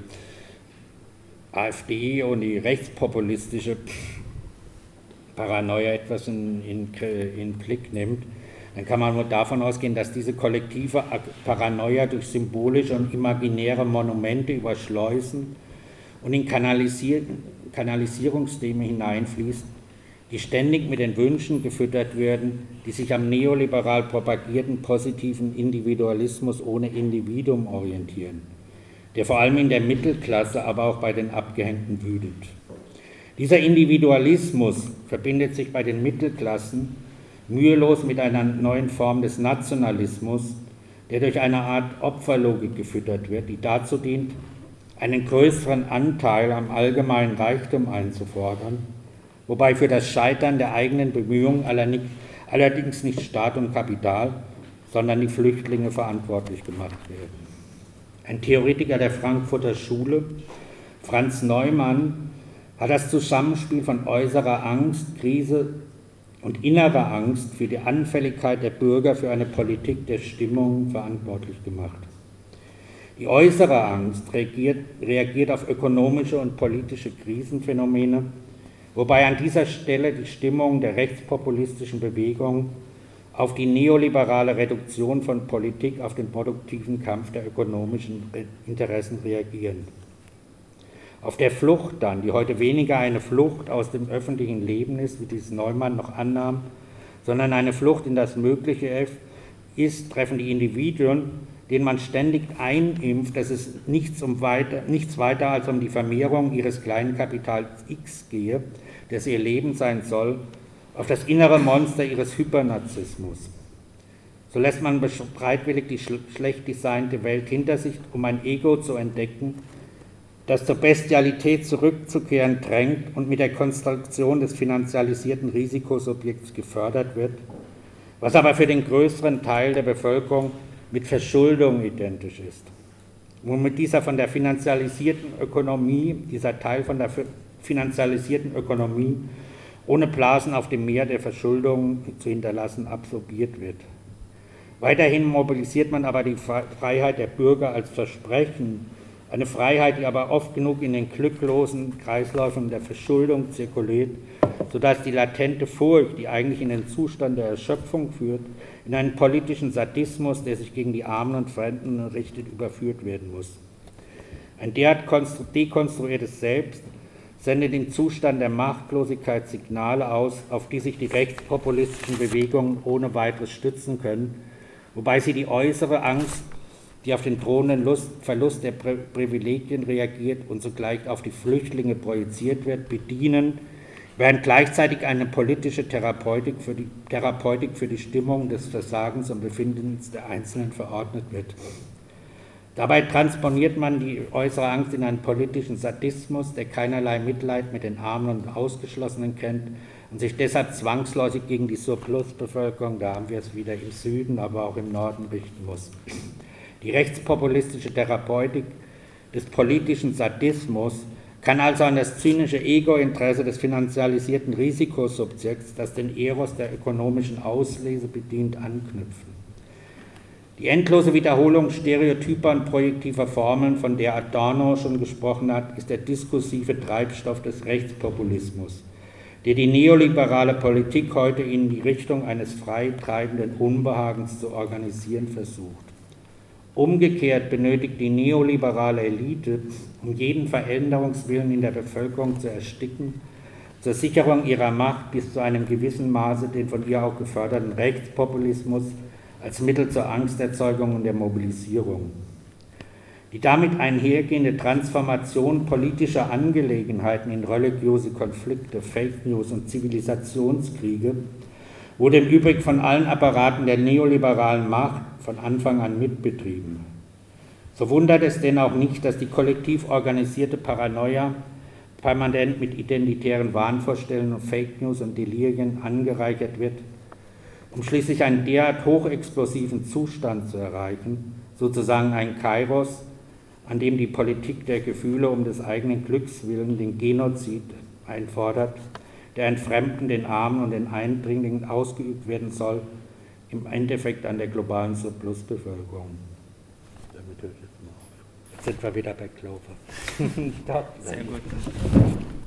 AfD und die rechtspopulistische Paranoia etwas in, in, in Blick nimmt, dann kann man nur davon ausgehen, dass diese kollektive Paranoia durch symbolische und imaginäre Monumente überschleusen und in Kanalisier Kanalisierungssysteme hineinfließt, die ständig mit den Wünschen gefüttert werden, die sich am neoliberal propagierten positiven Individualismus ohne Individuum orientieren, der vor allem in der Mittelklasse, aber auch bei den Abgehängten wütet. Dieser Individualismus verbindet sich bei den Mittelklassen mühelos mit einer neuen Form des Nationalismus, der durch eine Art Opferlogik gefüttert wird, die dazu dient, einen größeren Anteil am allgemeinen Reichtum einzufordern, wobei für das Scheitern der eigenen Bemühungen allerdings nicht Staat und Kapital, sondern die Flüchtlinge verantwortlich gemacht werden. Ein Theoretiker der Frankfurter Schule, Franz Neumann, hat das Zusammenspiel von äußerer Angst, Krise und innerer Angst für die Anfälligkeit der Bürger für eine Politik der Stimmung verantwortlich gemacht. Die äußere Angst reagiert, reagiert auf ökonomische und politische Krisenphänomene, wobei an dieser Stelle die Stimmung der rechtspopulistischen Bewegung auf die neoliberale Reduktion von Politik auf den produktiven Kampf der ökonomischen Interessen reagieren. Auf der Flucht dann, die heute weniger eine Flucht aus dem öffentlichen Leben ist, wie dies Neumann noch annahm, sondern eine Flucht in das Mögliche ist, treffen die Individuen, denen man ständig einimpft, dass es nichts, um weiter, nichts weiter als um die Vermehrung ihres kleinen Kapitals X gehe, das ihr Leben sein soll, auf das innere Monster ihres Hypernarzissmus. So lässt man bereitwillig die schlecht designte Welt hinter sich, um ein Ego zu entdecken, das zur Bestialität zurückzukehren drängt und mit der Konstruktion des finanzialisierten Risikosubjekts gefördert wird, was aber für den größeren Teil der Bevölkerung mit Verschuldung identisch ist. Womit dieser von der finanzialisierten Ökonomie, dieser Teil von der finanzialisierten Ökonomie, ohne Blasen auf dem Meer der Verschuldung zu hinterlassen, absorbiert wird. Weiterhin mobilisiert man aber die Freiheit der Bürger als Versprechen, eine Freiheit, die aber oft genug in den glücklosen Kreisläufen der Verschuldung zirkuliert, sodass die latente Furcht, die eigentlich in den Zustand der Erschöpfung führt, in einen politischen Sadismus, der sich gegen die Armen und Fremden richtet, überführt werden muss. Ein derart dekonstruiertes Selbst sendet den Zustand der Machtlosigkeit Signale aus, auf die sich die rechtspopulistischen Bewegungen ohne weiteres stützen können, wobei sie die äußere Angst, die auf den drohenden Lust, Verlust der Pri Privilegien reagiert und zugleich auf die Flüchtlinge projiziert wird, bedienen, während gleichzeitig eine politische Therapeutik für die, Therapeutik für die Stimmung des Versagens und Befindens der Einzelnen verordnet wird. Dabei transponiert man die äußere Angst in einen politischen Sadismus, der keinerlei Mitleid mit den Armen und Ausgeschlossenen kennt und sich deshalb zwangsläufig gegen die Surplusbevölkerung, da haben wir es wieder im Süden, aber auch im Norden, richten muss. Die rechtspopulistische Therapeutik des politischen Sadismus kann also an das zynische Ego-Interesse des finanzialisierten Risikosubjekts, das den Eros der ökonomischen Auslese bedient, anknüpfen. Die endlose Wiederholung stereotyper und projektiver Formeln, von der Adorno schon gesprochen hat, ist der diskursive Treibstoff des Rechtspopulismus, der die neoliberale Politik heute in die Richtung eines freitreibenden Unbehagens zu organisieren versucht. Umgekehrt benötigt die neoliberale Elite, um jeden Veränderungswillen in der Bevölkerung zu ersticken, zur Sicherung ihrer Macht bis zu einem gewissen Maße den von ihr auch geförderten Rechtspopulismus als Mittel zur Angsterzeugung und der Mobilisierung. Die damit einhergehende Transformation politischer Angelegenheiten in religiöse Konflikte, Fake News und Zivilisationskriege wurde im Übrigen von allen Apparaten der neoliberalen Macht von Anfang an mitbetrieben. So wundert es denn auch nicht, dass die kollektiv organisierte Paranoia permanent mit identitären Wahnvorstellungen und Fake News und Delirien angereichert wird, um schließlich einen derart hochexplosiven Zustand zu erreichen, sozusagen ein Kairos, an dem die Politik der Gefühle um des eigenen Glücks willen den Genozid einfordert, der an Fremden, den Armen und den Eindringlingen ausgeübt werden soll, im Endeffekt an der globalen Surplusbevölkerung. Damit höre ich jetzt mal auf. Jetzt sind wir wieder bei Clover. Sehr gut.